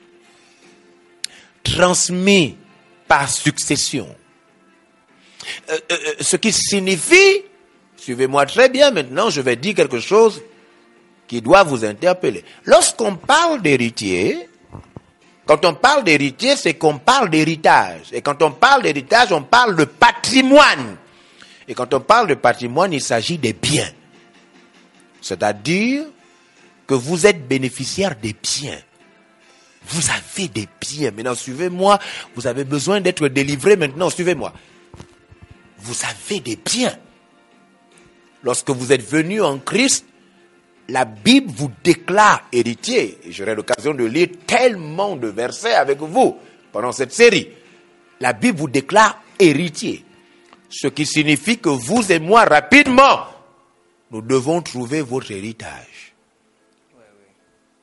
transmis par succession. Euh, euh, ce qui signifie, suivez-moi très bien maintenant, je vais dire quelque chose qui doit vous interpeller. Lorsqu'on parle d'héritier, quand on parle d'héritier, c'est qu'on parle d'héritage. Et quand on parle d'héritage, on parle de patrimoine. Et quand on parle de patrimoine, il s'agit des biens. C'est-à-dire que vous êtes bénéficiaire des biens. Vous avez des biens. Maintenant, suivez-moi. Vous avez besoin d'être délivré maintenant. Suivez-moi. Vous avez des biens. Lorsque vous êtes venu en Christ, la Bible vous déclare héritier. Et j'aurai l'occasion de lire tellement de versets avec vous pendant cette série. La Bible vous déclare héritier. Ce qui signifie que vous et moi, rapidement, nous devons trouver votre héritage. Ouais, ouais.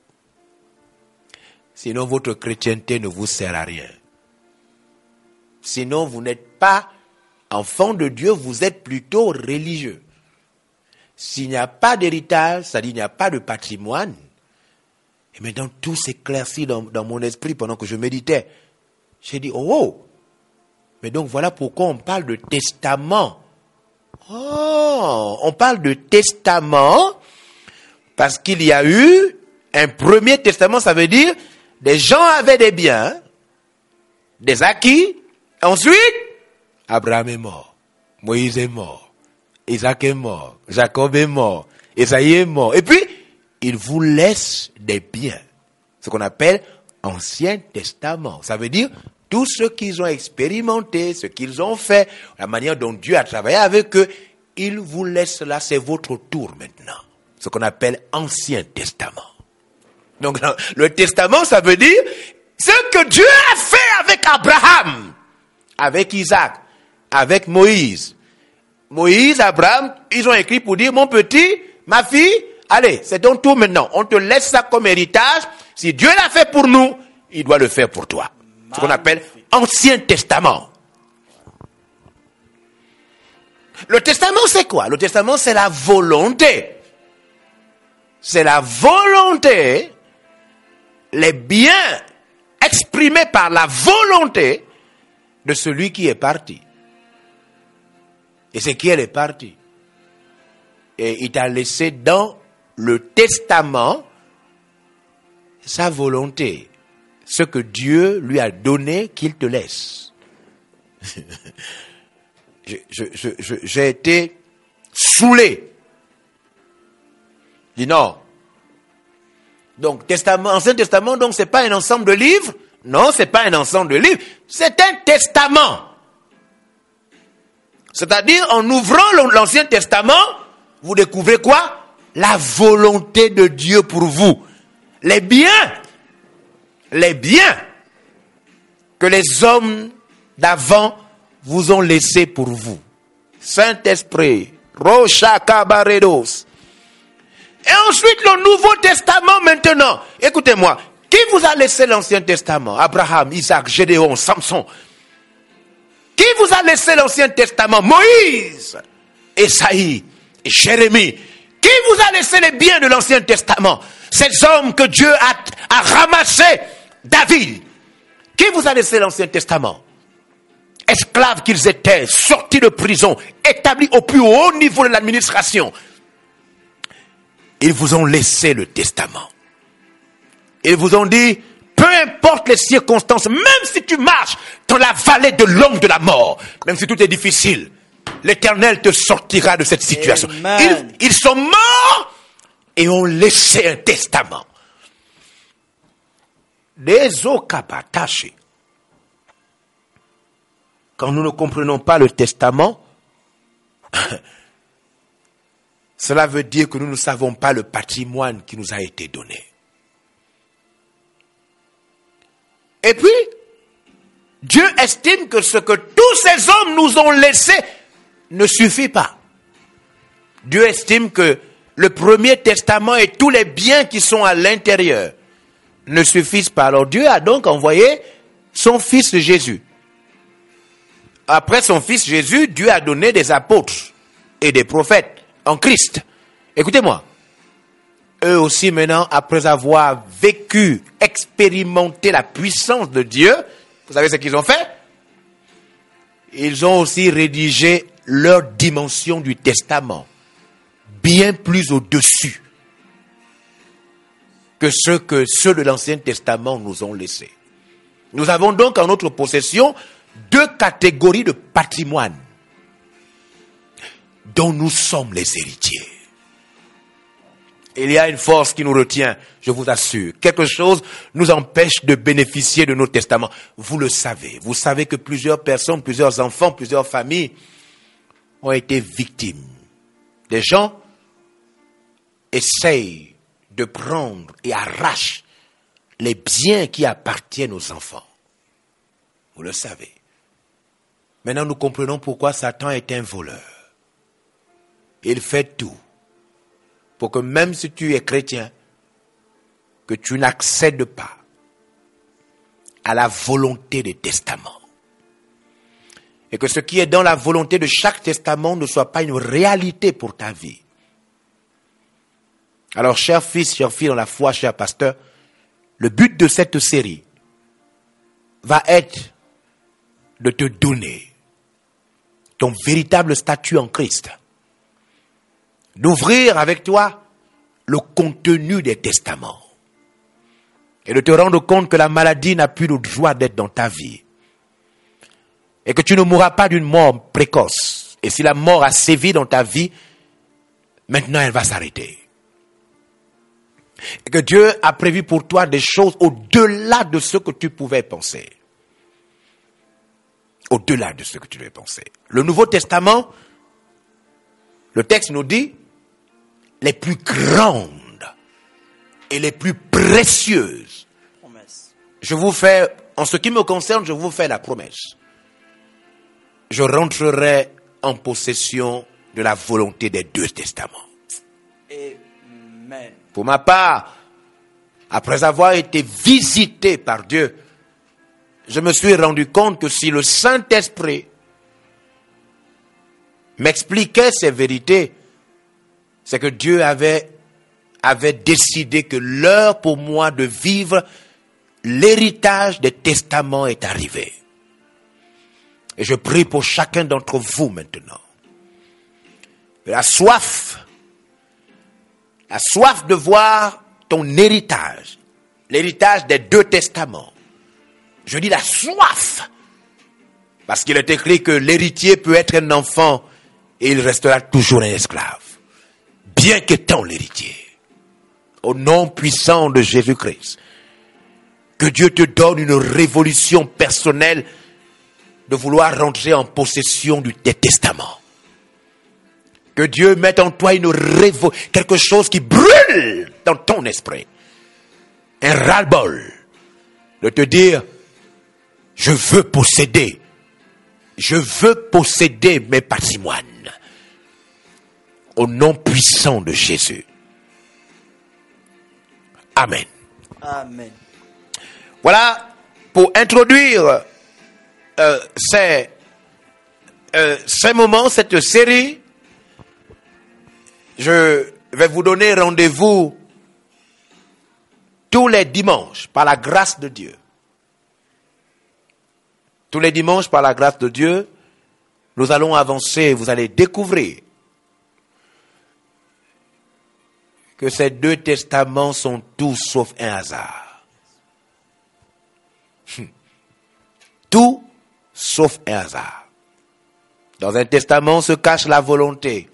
Sinon, votre chrétienté ne vous sert à rien. Sinon, vous n'êtes pas enfant de Dieu, vous êtes plutôt religieux. S'il n'y a pas d'héritage, c'est-à-dire qu'il n'y a pas de patrimoine, et maintenant tout s'éclaircit dans, dans mon esprit pendant que je méditais. J'ai dit, oh, oh, mais donc voilà pourquoi on parle de testament. Oh, on parle de testament parce qu'il y a eu un premier testament, ça veut dire des gens avaient des biens, des acquis. Ensuite, Abraham est mort, Moïse est mort, Isaac est mort, Jacob est mort, Esaïe est mort. Et puis, il vous laisse des biens, ce qu'on appelle Ancien Testament. Ça veut dire tout ce qu'ils ont expérimenté, ce qu'ils ont fait, la manière dont Dieu a travaillé avec eux, il vous laisse là, c'est votre tour maintenant. Ce qu'on appelle Ancien Testament. Donc, le Testament, ça veut dire ce que Dieu a fait avec Abraham, avec Isaac, avec Moïse. Moïse, Abraham, ils ont écrit pour dire, mon petit, ma fille, allez, c'est ton tour maintenant. On te laisse ça comme héritage. Si Dieu l'a fait pour nous, il doit le faire pour toi. Ce qu'on appelle Ancien Testament. Le testament, c'est quoi? Le testament, c'est la volonté. C'est la volonté, les biens exprimée par la volonté de celui qui est parti. Ézéchiel est parti. Et il t'a laissé dans le testament sa volonté. Ce que Dieu lui a donné qu'il te laisse. je, je, je, je, j'ai été saoulé. Je dis non. Donc, testament, Ancien Testament, donc, c'est pas un ensemble de livres. Non, c'est pas un ensemble de livres. C'est un testament. C'est-à-dire, en ouvrant l'Ancien Testament, vous découvrez quoi? La volonté de Dieu pour vous. Les biens, les biens que les hommes d'avant vous ont laissés pour vous. Saint-Esprit, Rocha Cabaredos. Et ensuite, le Nouveau Testament maintenant. Écoutez-moi, qui vous a laissé l'Ancien Testament? Abraham, Isaac, Gédéon, Samson. Qui vous a laissé l'Ancien Testament? Moïse, Esaïe, et Jérémie. Qui vous a laissé les biens de l'Ancien Testament? Ces hommes que Dieu a, a ramassés. David. Qui vous a laissé l'Ancien Testament? Esclaves qu'ils étaient, sortis de prison, établis au plus haut niveau de l'administration. Ils vous ont laissé le testament. Ils vous ont dit, peu importe les circonstances, même si tu marches dans la vallée de l'ombre de la mort, même si tout est difficile, l'Éternel te sortira de cette situation. Ils, ils sont morts et ont laissé un testament. Des okapatashi. Quand nous ne comprenons pas le testament, cela veut dire que nous ne savons pas le patrimoine qui nous a été donné. Et puis, Dieu estime que ce que tous ces hommes nous ont laissé ne suffit pas. Dieu estime que le premier testament et tous les biens qui sont à l'intérieur ne suffisent pas. Alors Dieu a donc envoyé son fils Jésus. Après son fils Jésus, Dieu a donné des apôtres et des prophètes en Christ. Écoutez-moi. Eux aussi maintenant, après avoir vécu, expérimenté la puissance de Dieu, vous savez ce qu'ils ont fait? Ils ont aussi rédigé leur dimension du testament, bien plus au-dessus que ce que ceux de l'Ancien Testament nous ont laissé. Nous avons donc en notre possession deux catégories de patrimoine dont nous sommes les héritiers. Il y a une force qui nous retient, je vous assure. Quelque chose nous empêche de bénéficier de nos testaments. Vous le savez. Vous savez que plusieurs personnes, plusieurs enfants, plusieurs familles ont été victimes. Des gens essayent de prendre et arrachent les biens qui appartiennent aux enfants. Vous le savez. Maintenant, nous comprenons pourquoi Satan est un voleur. Il fait tout pour que même si tu es chrétien, que tu n'accèdes pas à la volonté des testaments. Et que ce qui est dans la volonté de chaque testament ne soit pas une réalité pour ta vie. Alors, chers fils, chères filles dans la foi, chers pasteurs, le but de cette série va être de te donner ton véritable statut en Christ. D'ouvrir avec toi le contenu des testaments. Et de te rendre compte que la maladie n'a plus le droit d'être dans ta vie. Et que tu ne mourras pas d'une mort précoce. Et si la mort a sévi dans ta vie, maintenant elle va s'arrêter. Et que Dieu a prévu pour toi des choses au-delà de ce que tu pouvais penser. Au-delà de ce que tu pouvais penser. Le Nouveau Testament, le texte nous dit, les plus grandes et les plus précieuses. Promesse. Je vous fais, en ce qui me concerne, je vous fais la promesse. Je rentrerai en possession de la volonté des deux testaments. Amen. Pour ma part, après avoir été visité par Dieu, je me suis rendu compte que si le Saint-Esprit m'expliquait ces vérités, c'est que Dieu avait, avait décidé que l'heure pour moi de vivre l'héritage des testaments est arrivé. Et je prie pour chacun d'entre vous maintenant. La soif, la soif de voir ton héritage, l'héritage des deux testaments. Je dis la soif, parce qu'il est écrit que l'héritier peut être un enfant et il restera toujours un esclave, bien qu'étant l'héritier. Au nom puissant de Jésus-Christ, que Dieu te donne une révolution personnelle de vouloir rentrer en possession du testaments. Que Dieu mette en toi une révo, quelque chose qui brûle dans ton esprit. Un ras-le-bol de te dire, je veux posséder, je veux posséder mes patrimoines. Au nom puissant de Jésus. Amen. Amen. Voilà pour introduire euh, ces, euh, ces moments, cette série. Je vais vous donner rendez-vous tous les dimanches par la grâce de Dieu. Tous les dimanches par la grâce de Dieu, nous allons avancer. Vous allez découvrir que ces deux testaments sont tous sauf un hasard. Tout sauf un hasard. Dans un testament se cache la volonté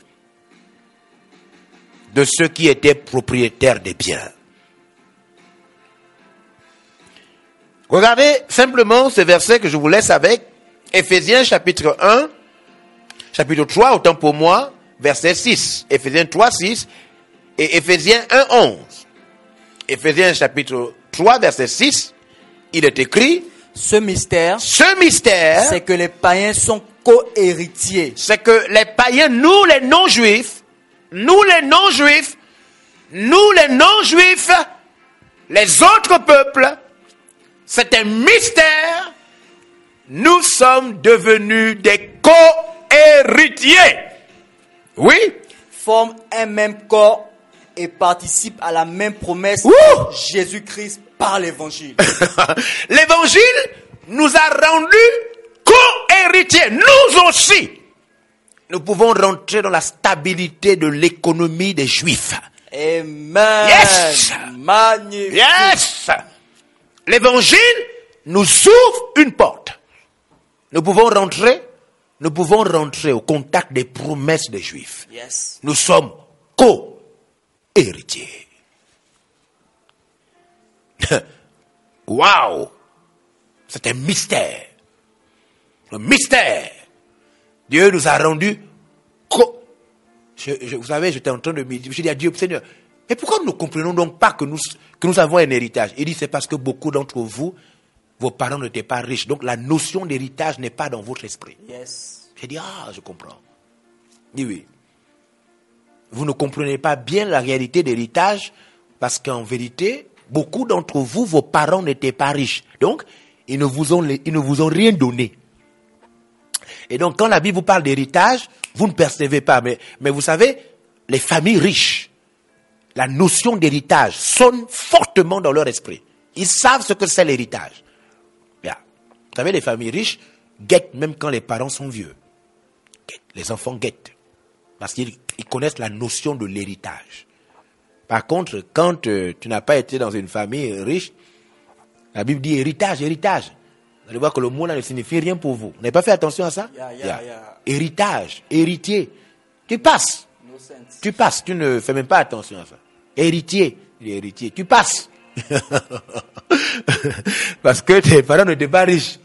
de ceux qui étaient propriétaires des biens. Regardez simplement ce verset que je vous laisse avec, Éphésiens chapitre un, chapitre trois, autant pour moi, verset six. Éphésiens trois, six et Éphésiens un, onze. Éphésiens chapitre trois, verset six, il est écrit, ce mystère, ce mystère, c'est que les païens sont co-héritiers. C'est que les païens, nous les non-juifs, nous les non-juifs, nous les non-juifs, les autres peuples, c'est un mystère, nous sommes devenus des co-héritiers. Oui. Forment un même corps et participent à la même promesse Ouh. de Jésus-Christ par l'évangile. L'évangile nous a rendus co-héritiers, nous aussi. Nous pouvons rentrer dans la stabilité de l'économie des Juifs. Amen. Yes. Magnifique. Yes. L'évangile nous ouvre une porte. Nous pouvons rentrer, nous pouvons rentrer au contact des promesses des Juifs. Yes. Nous sommes co-héritiers. Waouh! C'est un mystère. Un mystère. Dieu nous a rendus co. Je, je, vous savez, j'étais en train de me dire, je dis à Dieu, Seigneur, mais pourquoi nous ne comprenons donc pas que nous, que nous avons un héritage? Il dit, c'est parce que beaucoup d'entre vous, vos parents n'étaient pas riches. Donc la notion d'héritage n'est pas dans votre esprit. Yes. J'ai dit, ah, je comprends. Il dit, oui. Vous ne comprenez pas bien la réalité d'héritage parce qu'en vérité, beaucoup d'entre vous, vos parents n'étaient pas riches. Donc, ils ne vous ont, ils ne vous ont rien donné. Et donc, quand la Bible vous parle d'héritage, vous ne percevez pas. Mais, mais vous savez, les familles riches, la notion d'héritage sonne fortement dans leur esprit. Ils savent ce que c'est l'héritage. Yeah. Vous savez, les familles riches guettent même quand les parents sont vieux. Guettent. Les enfants guettent. Parce qu'ils ils connaissent la notion de l'héritage. Par contre, quand euh, tu n'as pas été dans une famille riche, la Bible dit héritage, héritage. Vous allez voir que le mot là ne signifie rien pour vous. Vous n'avez pas fait attention à ça? Yeah, yeah, yeah. Yeah. Héritage, héritier. Tu passes. No sense. Tu passes. Tu ne fais même pas attention à ça. Héritier. Il est héritier. Tu passes. Parce que tes parents n'étaient pas riches.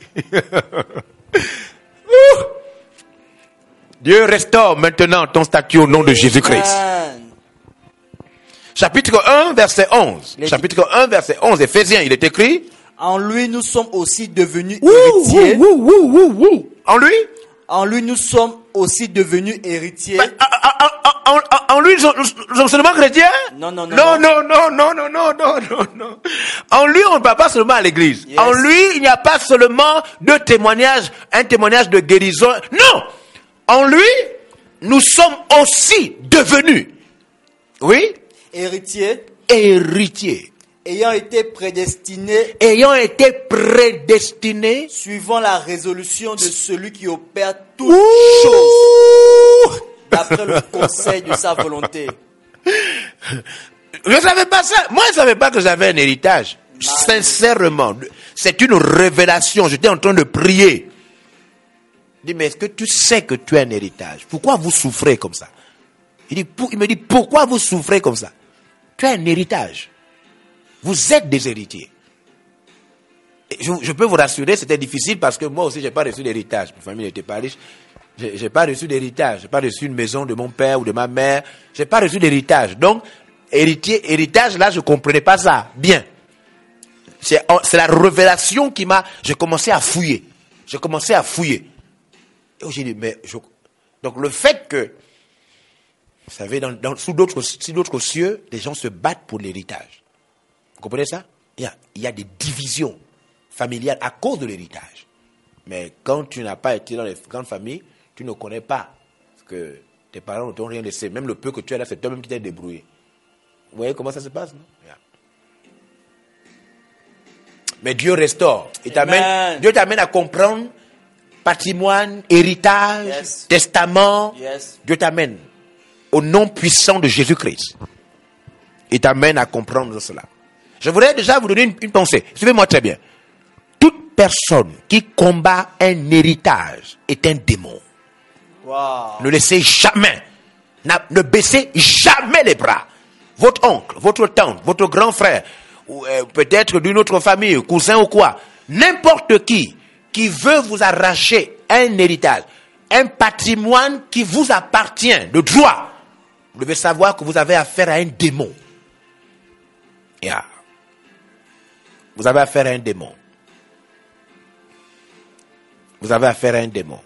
Dieu restaure maintenant ton statut au nom de Jésus-Christ. Amen. Chapitre un, verset onze. Les... Chapitre un, verset onze, Éphésiens, il est écrit. En lui, nous sommes aussi devenus Ouh, héritiers. Ouh, ouh, ouh, ouh, ouh. En lui? En lui, nous sommes aussi devenus héritiers. Ben, en, en, en, en lui, nous sommes seulement chrétiens? Non, non, non. Non, non, non, non, non, non, non, non, non. En lui, on ne va pas seulement à l'église. Yes. En lui, il n'y a pas seulement deux témoignages, un témoignage de guérison. Non! En lui, nous sommes aussi devenus. Oui? Héritiers. Héritiers. ayant été prédestinés, ayant été prédestinés, suivant la résolution de celui qui opère toutes Ouh. choses d'après le conseil de sa volonté. Je ne savais pas ça. Moi, je ne savais pas que j'avais un héritage. Sincèrement, c'est une révélation. J'étais en train de prier. Je dis, mais est-ce que tu sais que tu as un héritage? Pourquoi vous souffrez comme ça? Il, dit, pour, il me dit, pourquoi vous souffrez comme ça? Tu as un héritage. Vous êtes des héritiers. Et je, je peux vous rassurer, c'était difficile parce que moi aussi, je n'ai pas reçu d'héritage. Ma famille n'était pas riche. Je n'ai pas reçu d'héritage. Je n'ai pas reçu une maison de mon père ou de ma mère. Je n'ai pas reçu d'héritage. Donc, héritier, héritage, là, je ne comprenais pas ça. Bien. C'est, c'est la révélation qui m'a... J'ai commencé à fouiller. J'ai commencé à fouiller. Et j'ai dit, mais... Je... Donc, le fait que... Vous savez, dans, dans, sous, d'autres, sous d'autres cieux, les gens se battent pour l'héritage. Vous comprenez ça? Il y a, il y a des divisions familiales à cause de l'héritage. Mais quand tu n'as pas été dans les grandes familles, tu ne connais pas ce que tes parents ne t'ont rien laissé. Même le peu que tu as là, c'est toi-même qui t'es débrouillé. Vous voyez comment ça se passe, non? Yeah. Mais Dieu restaure. Il t'amène, Dieu t'amène à comprendre patrimoine, héritage, yes. testament. Yes. Dieu t'amène au nom puissant de Jésus-Christ. Il t'amène à comprendre cela. Je voudrais déjà vous donner une, une pensée. Suivez-moi très bien. Toute personne qui combat un héritage est un démon. Wow. Ne laissez jamais, ne baissez jamais les bras. Votre oncle, votre tante, votre grand frère, ou euh, peut-être d'une autre famille, cousin ou quoi, n'importe qui qui veut vous arracher un héritage, un patrimoine qui vous appartient de droit, vous devez savoir que vous avez affaire à un démon. Yeah. Vous avez affaire à un démon. Vous avez affaire à un démon.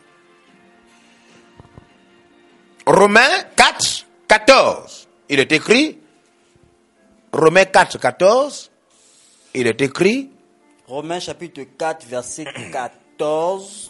Romains quatre, quatorze. Il est écrit. Romains quatre, quatorze. Il est écrit. Romains chapitre quatre, verset quatorze.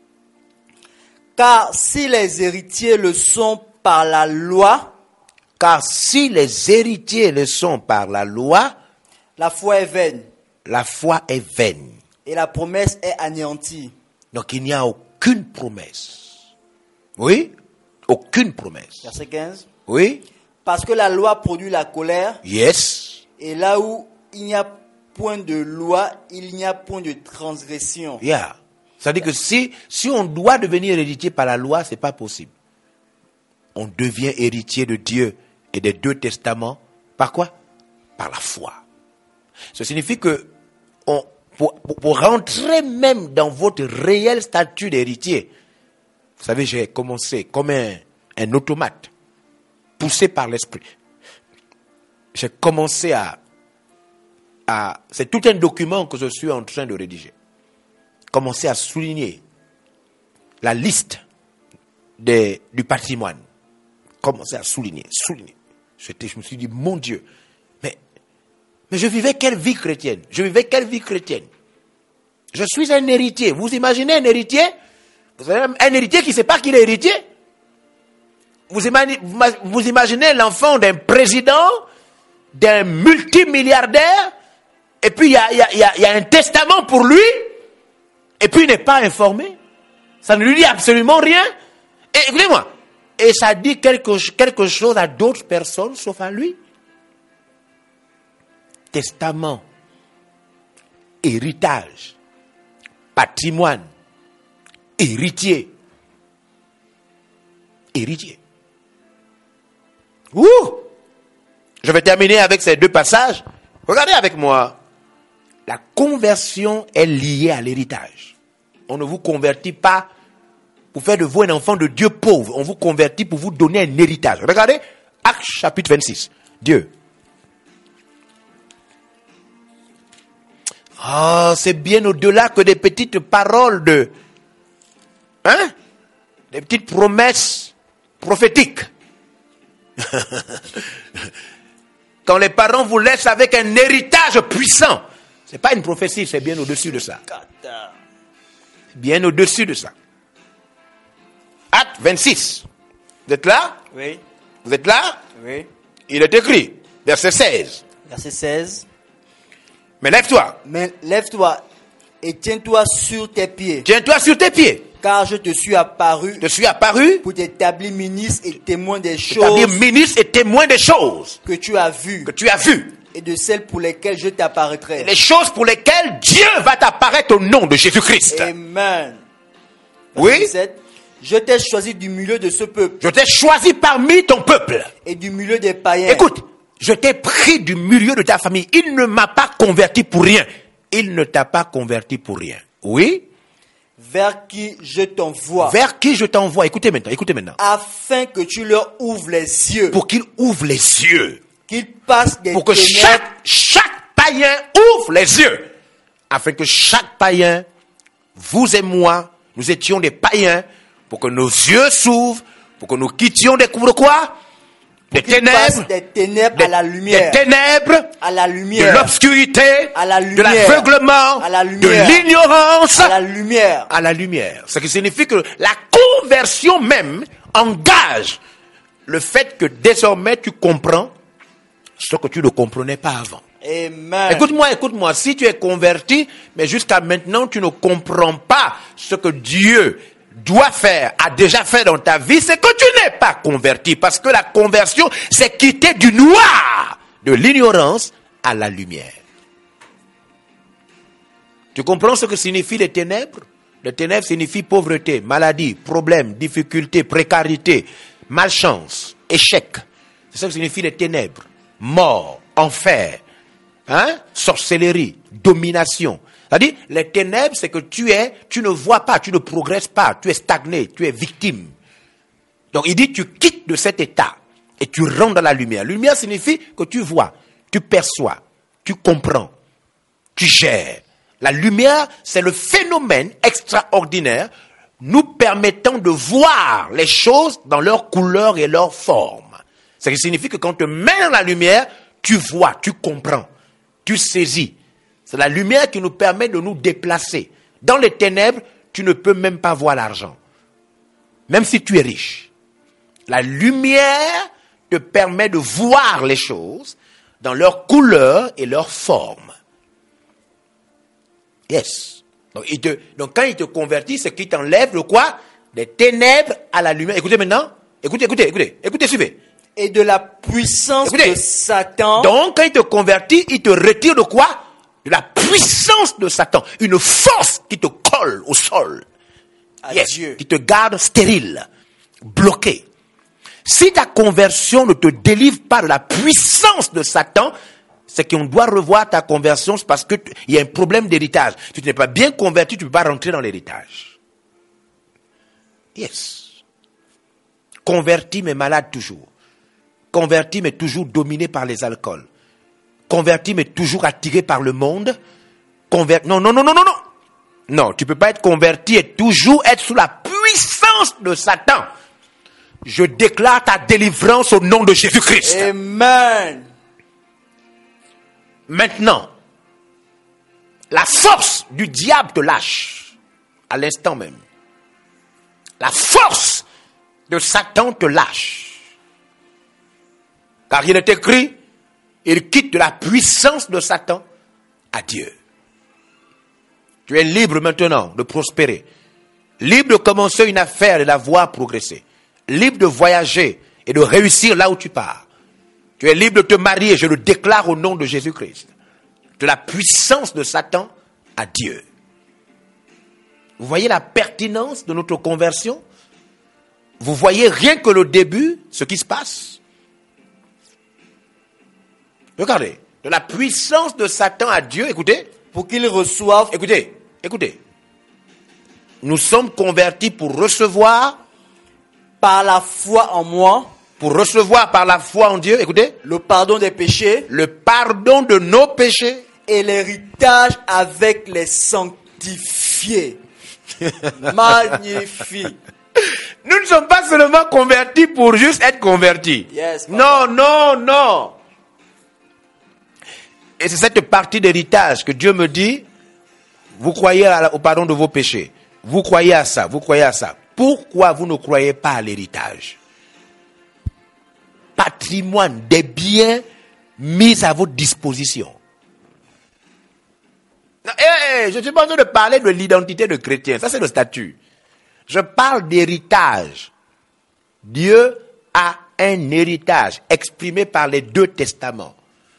Car si les héritiers le sont par la loi, car si les héritiers le sont par la loi, la foi est vaine. La foi est vaine. Et la promesse est anéantie. Donc il n'y a aucune promesse. Oui? Aucune promesse. Verset quinze. Oui? Parce que la loi produit la colère. Yes. Et là où il n'y a point de loi, il n'y a point de transgression. Yeah. C'est-à-dire que si, si on doit devenir héritier par la loi, c'est pas possible. On devient héritier de Dieu et des deux testaments. Par quoi? Par la foi. Ça signifie que on, pour, pour, pour rentrer même dans votre réel statut d'héritier, vous savez, j'ai commencé comme un, un automate, poussé par l'esprit. J'ai commencé à, à... C'est tout un document que je suis en train de rédiger. Commencer à souligner la liste des, du patrimoine. Commencer à souligner, souligner. J'étais, je me suis dit, mon Dieu, mais, mais je vivais quelle vie chrétienne? Je vivais quelle vie chrétienne? Je suis un héritier. Vous imaginez un héritier? Vous avez un héritier qui ne sait pas qu'il est héritier? Vous imaginez, vous imaginez l'enfant d'un président, d'un multimilliardaire, et puis il y a, y, a, y, a, y a un testament pour lui, et puis il n'est pas informé. Ça ne lui dit absolument rien. Et écoutez-moi, et ça dit quelque, quelque chose à d'autres personnes, sauf à lui. Testament, héritage, patrimoine, héritier. Héritier. Ouh! Je vais terminer avec ces deux passages. Regardez avec moi. La conversion est liée à l'héritage. On ne vous convertit pas pour faire de vous un enfant de Dieu pauvre. On vous convertit pour vous donner un héritage. Regardez, Actes chapitre vingt-six. Dieu. Ah, oh, c'est bien au-delà que des petites paroles de... Hein? Des petites promesses prophétiques. Quand les parents vous laissent avec un héritage puissant, c'est pas une prophétie, c'est bien au-dessus de ça. Bien au-dessus de ça. Acte vingt-six. Vous êtes là? Oui. Vous êtes là? Oui. Il est écrit, verset seize. Verset seize. Mais lève-toi. Mais lève-toi et tiens-toi sur tes pieds. Tiens-toi sur tes pieds. Car je te suis apparu Je suis apparu pour t'établir ministre et témoin des c'est-à-dire choses ministre et témoin des choses que tu as vues que tu as vues. et de celles pour lesquelles je t'apparaîtrai. Les choses pour lesquelles Dieu va t'apparaître au nom de Jésus-Christ. Amen. Oui. Verset dix-sept. Je t'ai choisi du milieu de ce peuple Je t'ai choisi parmi ton peuple. et du milieu des païens. Écoute, je t'ai pris du milieu de ta famille. Il ne m'a pas converti pour rien. Il ne t'a pas converti pour rien. Oui. Vers qui je t'envoie. Vers qui je t'envoie. Écoutez maintenant, écoutez maintenant. Afin que tu leur ouvres les yeux. Pour qu'il ouvre les yeux. Qu'ils passent des Pour que ténèbres chaque, chaque païen ouvre les yeux. Afin que chaque païen, vous et moi, nous étions des païens, pour que nos yeux s'ouvrent, pour que nous quittions des coups de quoi? Des qu'ils passent ténèbres. des ténèbres Des, à la lumière. des ténèbres. À la De lumière. l'obscurité. À la De lumière. l'aveuglement. À la De lumière. l'ignorance. À la lumière. À la lumière. Ce qui signifie que la conversion même engage le fait que désormais tu comprends ce que tu ne comprenais pas avant. Amen. Écoute-moi, écoute-moi, si tu es converti, mais jusqu'à maintenant tu ne comprends pas ce que Dieu doit faire, a déjà fait dans ta vie, c'est que tu n'es pas converti. Parce que la conversion, c'est quitter du noir, de l'ignorance à la lumière. Tu comprends ce que signifient les ténèbres? Les ténèbres signifient pauvreté, maladie, problème, difficulté, précarité, malchance, échec. C'est ça que signifient les ténèbres. Mort, enfer, hein? Sorcellerie, domination. C'est-à-dire, les ténèbres, c'est que tu es, tu ne vois pas, tu ne progresses pas, tu es stagné, tu es victime. Donc il dit, tu quittes de cet état et tu rentres dans la lumière. La lumière signifie que tu vois, tu perçois, tu comprends, tu gères. La lumière, c'est le phénomène extraordinaire nous permettant de voir les choses dans leur couleur et leur forme. Ce qui signifie que quand tu te mets dans la lumière, tu vois, tu comprends, tu saisis. C'est la lumière qui nous permet de nous déplacer. Dans les ténèbres, tu ne peux même pas voir l'argent. Même si tu es riche. La lumière te permet de voir les choses dans leur couleur et leur forme. Yes. Donc, il te, donc quand il te convertit, c'est qu'il t'enlève le quoi? Des ténèbres à la lumière. Écoutez maintenant. Écoutez, écoutez, écoutez. Écoutez, suivez. Et de la puissance Écoutez. de Satan. Donc, quand il te convertit, il te retire de quoi? De la puissance de Satan. Une force qui te colle au sol. À Yes. Dieu. Qui te garde stérile, bloqué. Si ta conversion ne te délivre pas de la puissance de Satan, c'est qu'on doit revoir ta conversion parce qu'il y a un problème d'héritage. Si tu n'es pas bien converti, tu ne peux pas rentrer dans l'héritage. Yes. Converti mais malade toujours. Converti mais toujours dominé par les alcools. Converti mais toujours attiré par le monde. Converti. Non, non, non, non, non, non. Non, tu ne peux pas être converti et toujours être sous la puissance de Satan. Je déclare ta délivrance au nom de Jésus-Christ. Amen. Maintenant, la force du diable te lâche à l'instant même. La force de Satan te lâche. Car il est écrit, il quitte de la puissance de Satan à Dieu. Tu es libre maintenant de prospérer. Libre de commencer une affaire et de la voir progresser. Libre de voyager et de réussir là où tu pars. Tu es libre de te marier, je le déclare au nom de Jésus-Christ. De la puissance de Satan à Dieu. Vous voyez la pertinence de notre conversion? Vous voyez rien que le début, ce qui se passe? Regardez, de la puissance de Satan à Dieu, écoutez. Pour qu'ils reçoivent. Écoutez, écoutez. Nous sommes convertis pour recevoir. Par la foi en moi. Pour recevoir par la foi en Dieu, écoutez. Le pardon des péchés. Le pardon de nos péchés. Et l'héritage avec les sanctifiés. Magnifique. Nous ne sommes pas seulement convertis pour juste être convertis. Yes, non, non, non. Et c'est cette partie d'héritage que Dieu me dit, vous croyez au pardon de vos péchés. Vous croyez à ça, vous croyez à ça. Pourquoi vous ne croyez pas à l'héritage? Patrimoine, des biens mis à votre disposition. Non, eh, eh, je ne suis pas en train de parler de l'identité de chrétien. Ça, c'est le statut. Je parle d'héritage. Dieu a un héritage exprimé par les deux testaments.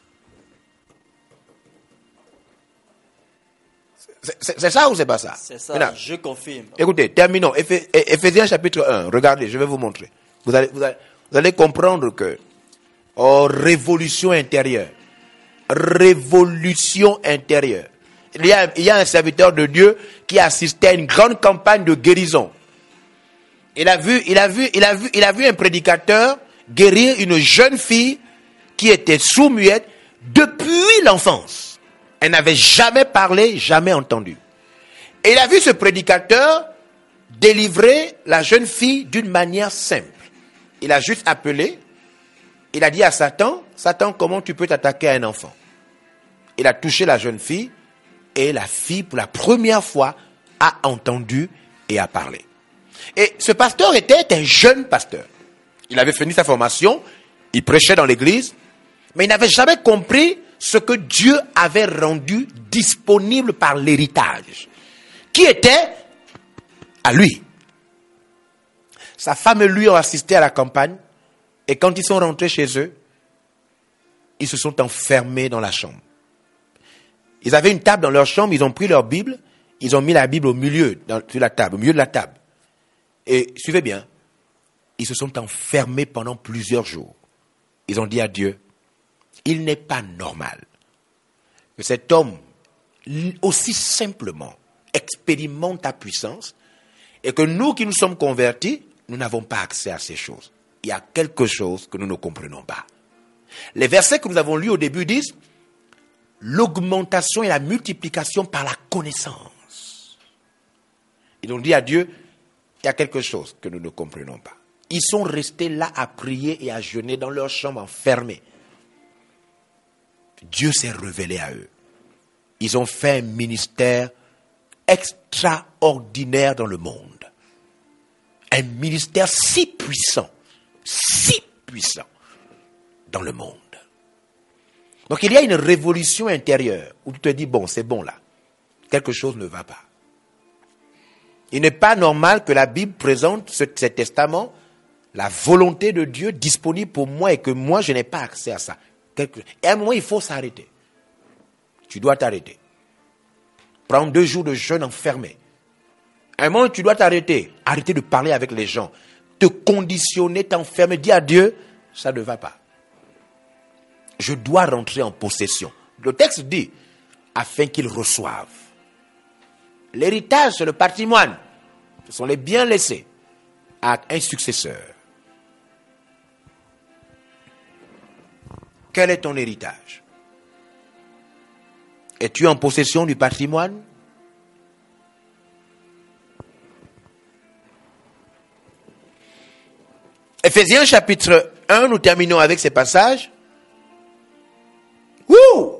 C'est, c'est, c'est ça ou c'est pas ça? C'est ça, Maintenant, je confirme. écoutez, terminons. Éph- Éphésiens chapitre un. Regardez, je vais vous montrer. Vous allez, vous allez, vous allez comprendre que, oh, révolution intérieure. Révolution intérieure. Il y a, il y a un serviteur de Dieu qui assistait à une grande campagne de guérison. Il a vu, il a vu, il a vu, il a vu un prédicateur guérir une jeune fille qui était sourd-muette depuis l'enfance. Elle n'avait jamais parlé, jamais entendu. Et il a vu ce prédicateur délivrer la jeune fille d'une manière simple. Il a juste appelé, il a dit à Satan, Satan, comment tu peux t'attaquer à un enfant? Il a touché la jeune fille et la fille, pour la première fois, a entendu et a parlé. Et ce pasteur était un jeune pasteur. Il avait fini sa formation, il prêchait dans l'église, mais il n'avait jamais compris ce que Dieu avait rendu disponible par l'héritage, qui était à lui. Sa femme et lui ont assisté à la campagne, et quand ils sont rentrés chez eux, ils se sont enfermés dans la chambre. Ils avaient une table dans leur chambre, ils ont pris leur Bible, ils ont mis la Bible au milieu, dans, sur la table, au milieu de la table. Et suivez bien, ils se sont enfermés pendant plusieurs jours. Ils ont dit à Dieu, il n'est pas normal que cet homme, aussi simplement, expérimente ta puissance et que nous qui nous sommes convertis, nous n'avons pas accès à ces choses. Il y a quelque chose que nous ne comprenons pas. Les versets que nous avons lus au début disent l'augmentation et la multiplication par la connaissance. Ils ont dit à Dieu, il y a quelque chose que nous ne comprenons pas. Ils sont restés là à prier et à jeûner dans leur chambre enfermés. Dieu s'est révélé à eux. Ils ont fait un ministère extraordinaire dans le monde. Un ministère si puissant, si puissant dans le monde. Donc il y a une révolution intérieure où tu te dis, bon, c'est bon là. Quelque chose ne va pas. Il n'est pas normal que la Bible présente ce, ce testament, la volonté de Dieu disponible pour moi et que moi je n'ai pas accès à ça. Quelque... Et à un moment, il faut s'arrêter. Tu dois t'arrêter. Prendre deux jours de jeûne enfermé. À un moment, tu dois t'arrêter. Arrêter de parler avec les gens. Te conditionner, t'enfermer. Dis à Dieu, ça ne va pas. Je dois rentrer en possession. Le texte dit, afin qu'ils reçoivent. L'héritage, c'est le patrimoine. Ce sont les biens laissés à un successeur. Quel est ton héritage? Es-tu en possession du patrimoine? Éphésiens chapitre un, nous terminons avec ces passages. Wouh!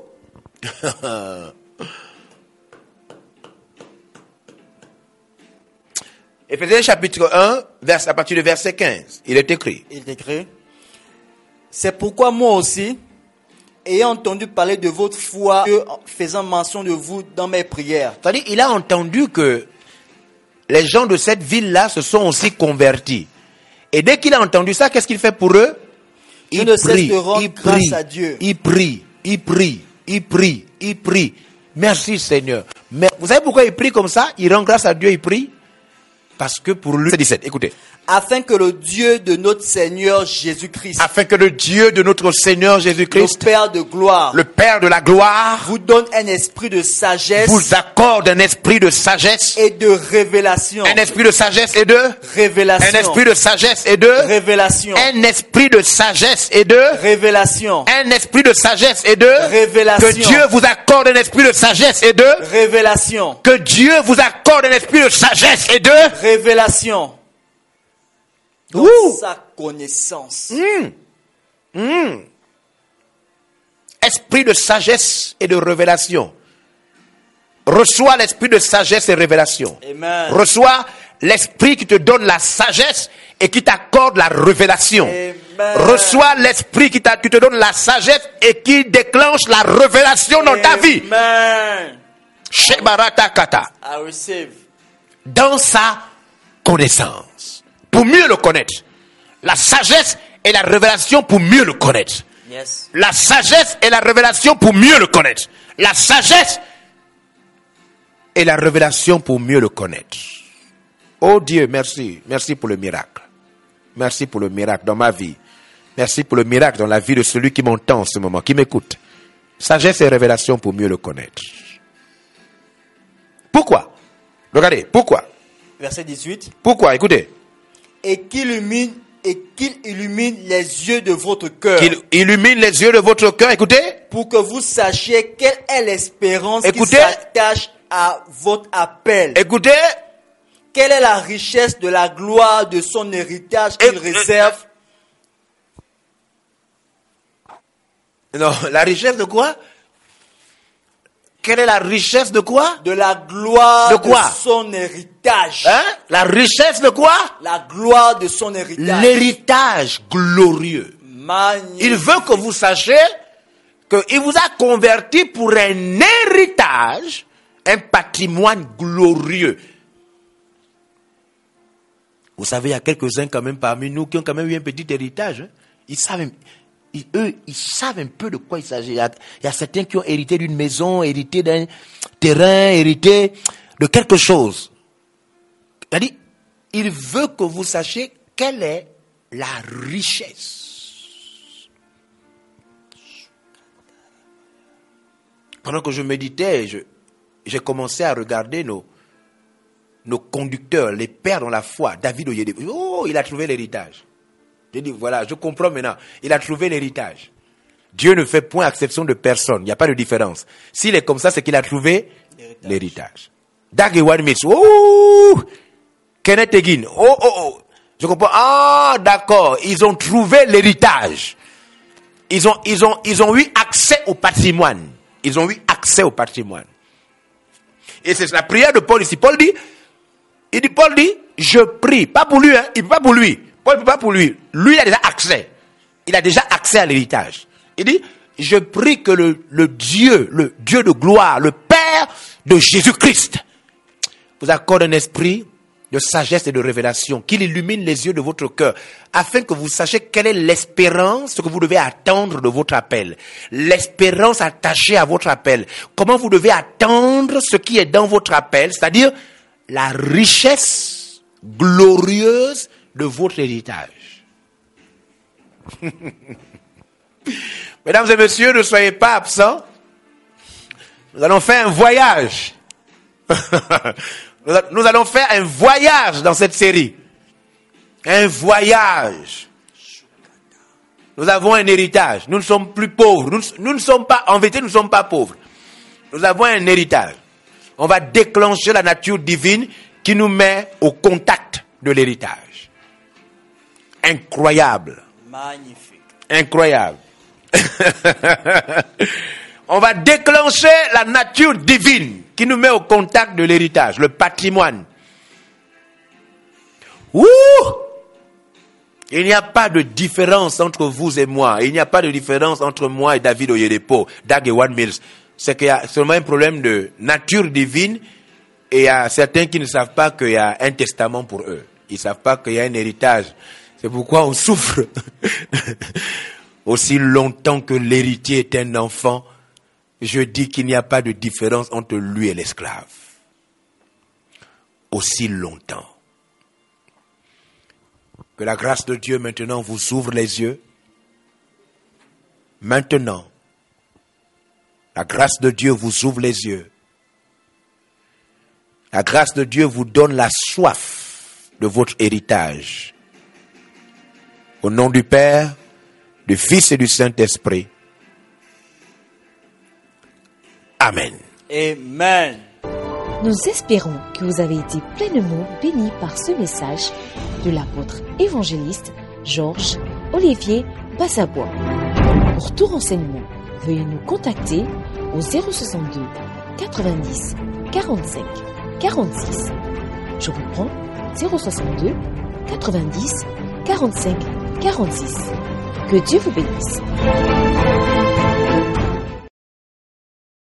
Éphésiens chapitre un, vers, à partir du verset quinze, il est écrit. Il est écrit. C'est pourquoi moi aussi, ayant entendu parler de votre foi, faisant mention de vous dans mes prières. C'est-à-dire, il a entendu que les gens de cette ville-là se sont aussi convertis. Et dès qu'il a entendu ça, qu'est-ce qu'il fait pour eux? Il ne prie, cesse de rendre il grâce prie, à Dieu. il prie, il prie, il prie, il prie. Merci Seigneur. Mais vous savez pourquoi il prie comme ça? Il rend grâce à Dieu, il prie. Parce que pour lui, c'est dix-sept, écoutez. Afin que le Dieu de notre Seigneur Jésus-Christ, Afin que le Dieu de notre Seigneur Jésus-Christ, le Père de gloire, le Père de la gloire, vous donne un esprit de sagesse, vous accorde un esprit de sagesse, et de révélation. un esprit de sagesse et de révélation. un esprit de sagesse et de révélation. un esprit de sagesse et de révélation. un esprit de sagesse et de révélation. Que Dieu vous accorde un esprit de sagesse et de révélation. Que Dieu vous accorde un esprit de sagesse et de révélation. Dans Ouh. sa connaissance. Mmh. Mmh. Esprit de sagesse et de révélation. Reçois l'esprit de sagesse et révélation. Amen. Reçois l'esprit qui te donne la sagesse et qui t'accorde la révélation. Amen. Reçois l'esprit qui, qui te donne la sagesse et qui déclenche la révélation dans Amen. ta vie. Amen. Shebarata kata. I receive. Dans sa connaissance. Pour mieux le connaître. La sagesse et la révélation pour mieux le connaître. Yes. La sagesse et la révélation pour mieux le connaître. La sagesse et la révélation pour mieux le connaître. Oh Dieu, merci. Merci pour le miracle. Merci pour le miracle dans ma vie. Merci pour le miracle dans la vie de celui qui m'entend en ce moment, qui m'écoute. Sagesse et révélation pour mieux le connaître. Pourquoi? Regardez, pourquoi? Verset dix-huit. Pourquoi? Écoutez. Et qu'il illumine, et qu'il illumine les yeux de votre cœur. Qu'il illumine les yeux de votre cœur, écoutez. Pour que vous sachiez quelle est l'espérance Écoutez. qui s'attache à votre appel. Écoutez. Quelle est la richesse de la gloire de son héritage qu'il Et- réserve? Non, la richesse de quoi? Quelle est la richesse de quoi? De la gloire De de, quoi? son héritage. Hein? La richesse de quoi? La gloire de son héritage. L'héritage glorieux. Magnifique. Il veut que vous sachiez qu'il vous a converti pour un héritage, un patrimoine glorieux. Vous savez, il y a quelques-uns quand même parmi nous qui ont quand même eu un petit héritage. Hein. Ils savent, ils, eux, ils savent un peu de quoi il s'agit. Il y a, il y a certains qui ont hérité d'une maison, hérité d'un terrain, hérité de quelque chose. C'est-à-dire, il veut que vous sachiez quelle est la richesse. Pendant que je méditais, je, j'ai commencé à regarder nos, nos conducteurs, les pères dans la foi. David Oyedepo. Oh, il a trouvé l'héritage. J'ai dit, voilà, je comprends maintenant. Il a trouvé l'héritage. Dieu ne fait point exception de personne. Il n'y a pas de différence. S'il est comme ça, c'est qu'il a trouvé l'héritage. l'héritage. Dag Ewan Mills. Oh, Kenneth Hagin. Oh, oh, oh. Je comprends. Ah, d'accord. Ils ont trouvé l'héritage. Ils ont, ils ont, ils ont eu accès au patrimoine. Ils ont eu accès au patrimoine. Et c'est la prière de Paul ici. Paul dit, il dit, Paul dit, je prie. Pas pour lui, hein. Il ne peut pas pour lui. Paul ne peut pas pour lui. Lui, il a déjà accès. Il a déjà accès à l'héritage. Il dit, je prie que le, le Dieu, le Dieu de gloire, le Père de Jésus-Christ, vous accorde un esprit de sagesse et de révélation, qu'il illumine les yeux de votre cœur, afin que vous sachiez quelle est l'espérance que vous devez attendre de votre appel. L'espérance attachée à votre appel. Comment vous devez attendre ce qui est dans votre appel, c'est-à-dire la richesse glorieuse de votre héritage. Mesdames et messieurs, ne soyez pas absents. Nous allons faire un voyage. Nous allons faire un voyage dans cette série. Un voyage. Nous avons un héritage. Nous ne sommes plus pauvres. Nous, nous ne sommes pas, en vérité, nous ne sommes pas pauvres. Nous avons un héritage. On va déclencher la nature divine qui nous met au contact de l'héritage. Incroyable. Magnifique. Incroyable. On va déclencher la nature divine qui nous met au contact de l'héritage, le patrimoine. Ouh! Il n'y a pas de différence entre vous et moi. Il n'y a pas de différence entre moi et David Oyedepo, Dag Ewan Mills. C'est qu'il y a seulement un problème de nature divine et il y a certains qui ne savent pas qu'il y a un testament pour eux. Ils ne savent pas qu'il y a un héritage. C'est pourquoi on souffre. Aussi longtemps que l'héritier est un enfant, je dis qu'il n'y a pas de différence entre lui et l'esclave. Aussi longtemps. Que la grâce de Dieu maintenant vous ouvre les yeux. Maintenant, la grâce de Dieu vous ouvre les yeux. La grâce de Dieu vous donne la soif de votre héritage. Au nom du Père, du Fils et du Saint-Esprit. Amen. Amen. Nous espérons que vous avez été pleinement bénis par ce message de l'apôtre évangéliste Georges Olivier Bassabois. Pour tout renseignement, veuillez nous contacter au zéro soixante-deux quatre-vingt-dix quarante-cinq quarante-six. Je reprends zéro soixante-deux quatre-vingt-dix quarante-cinq quarante-six. Que Dieu vous bénisse.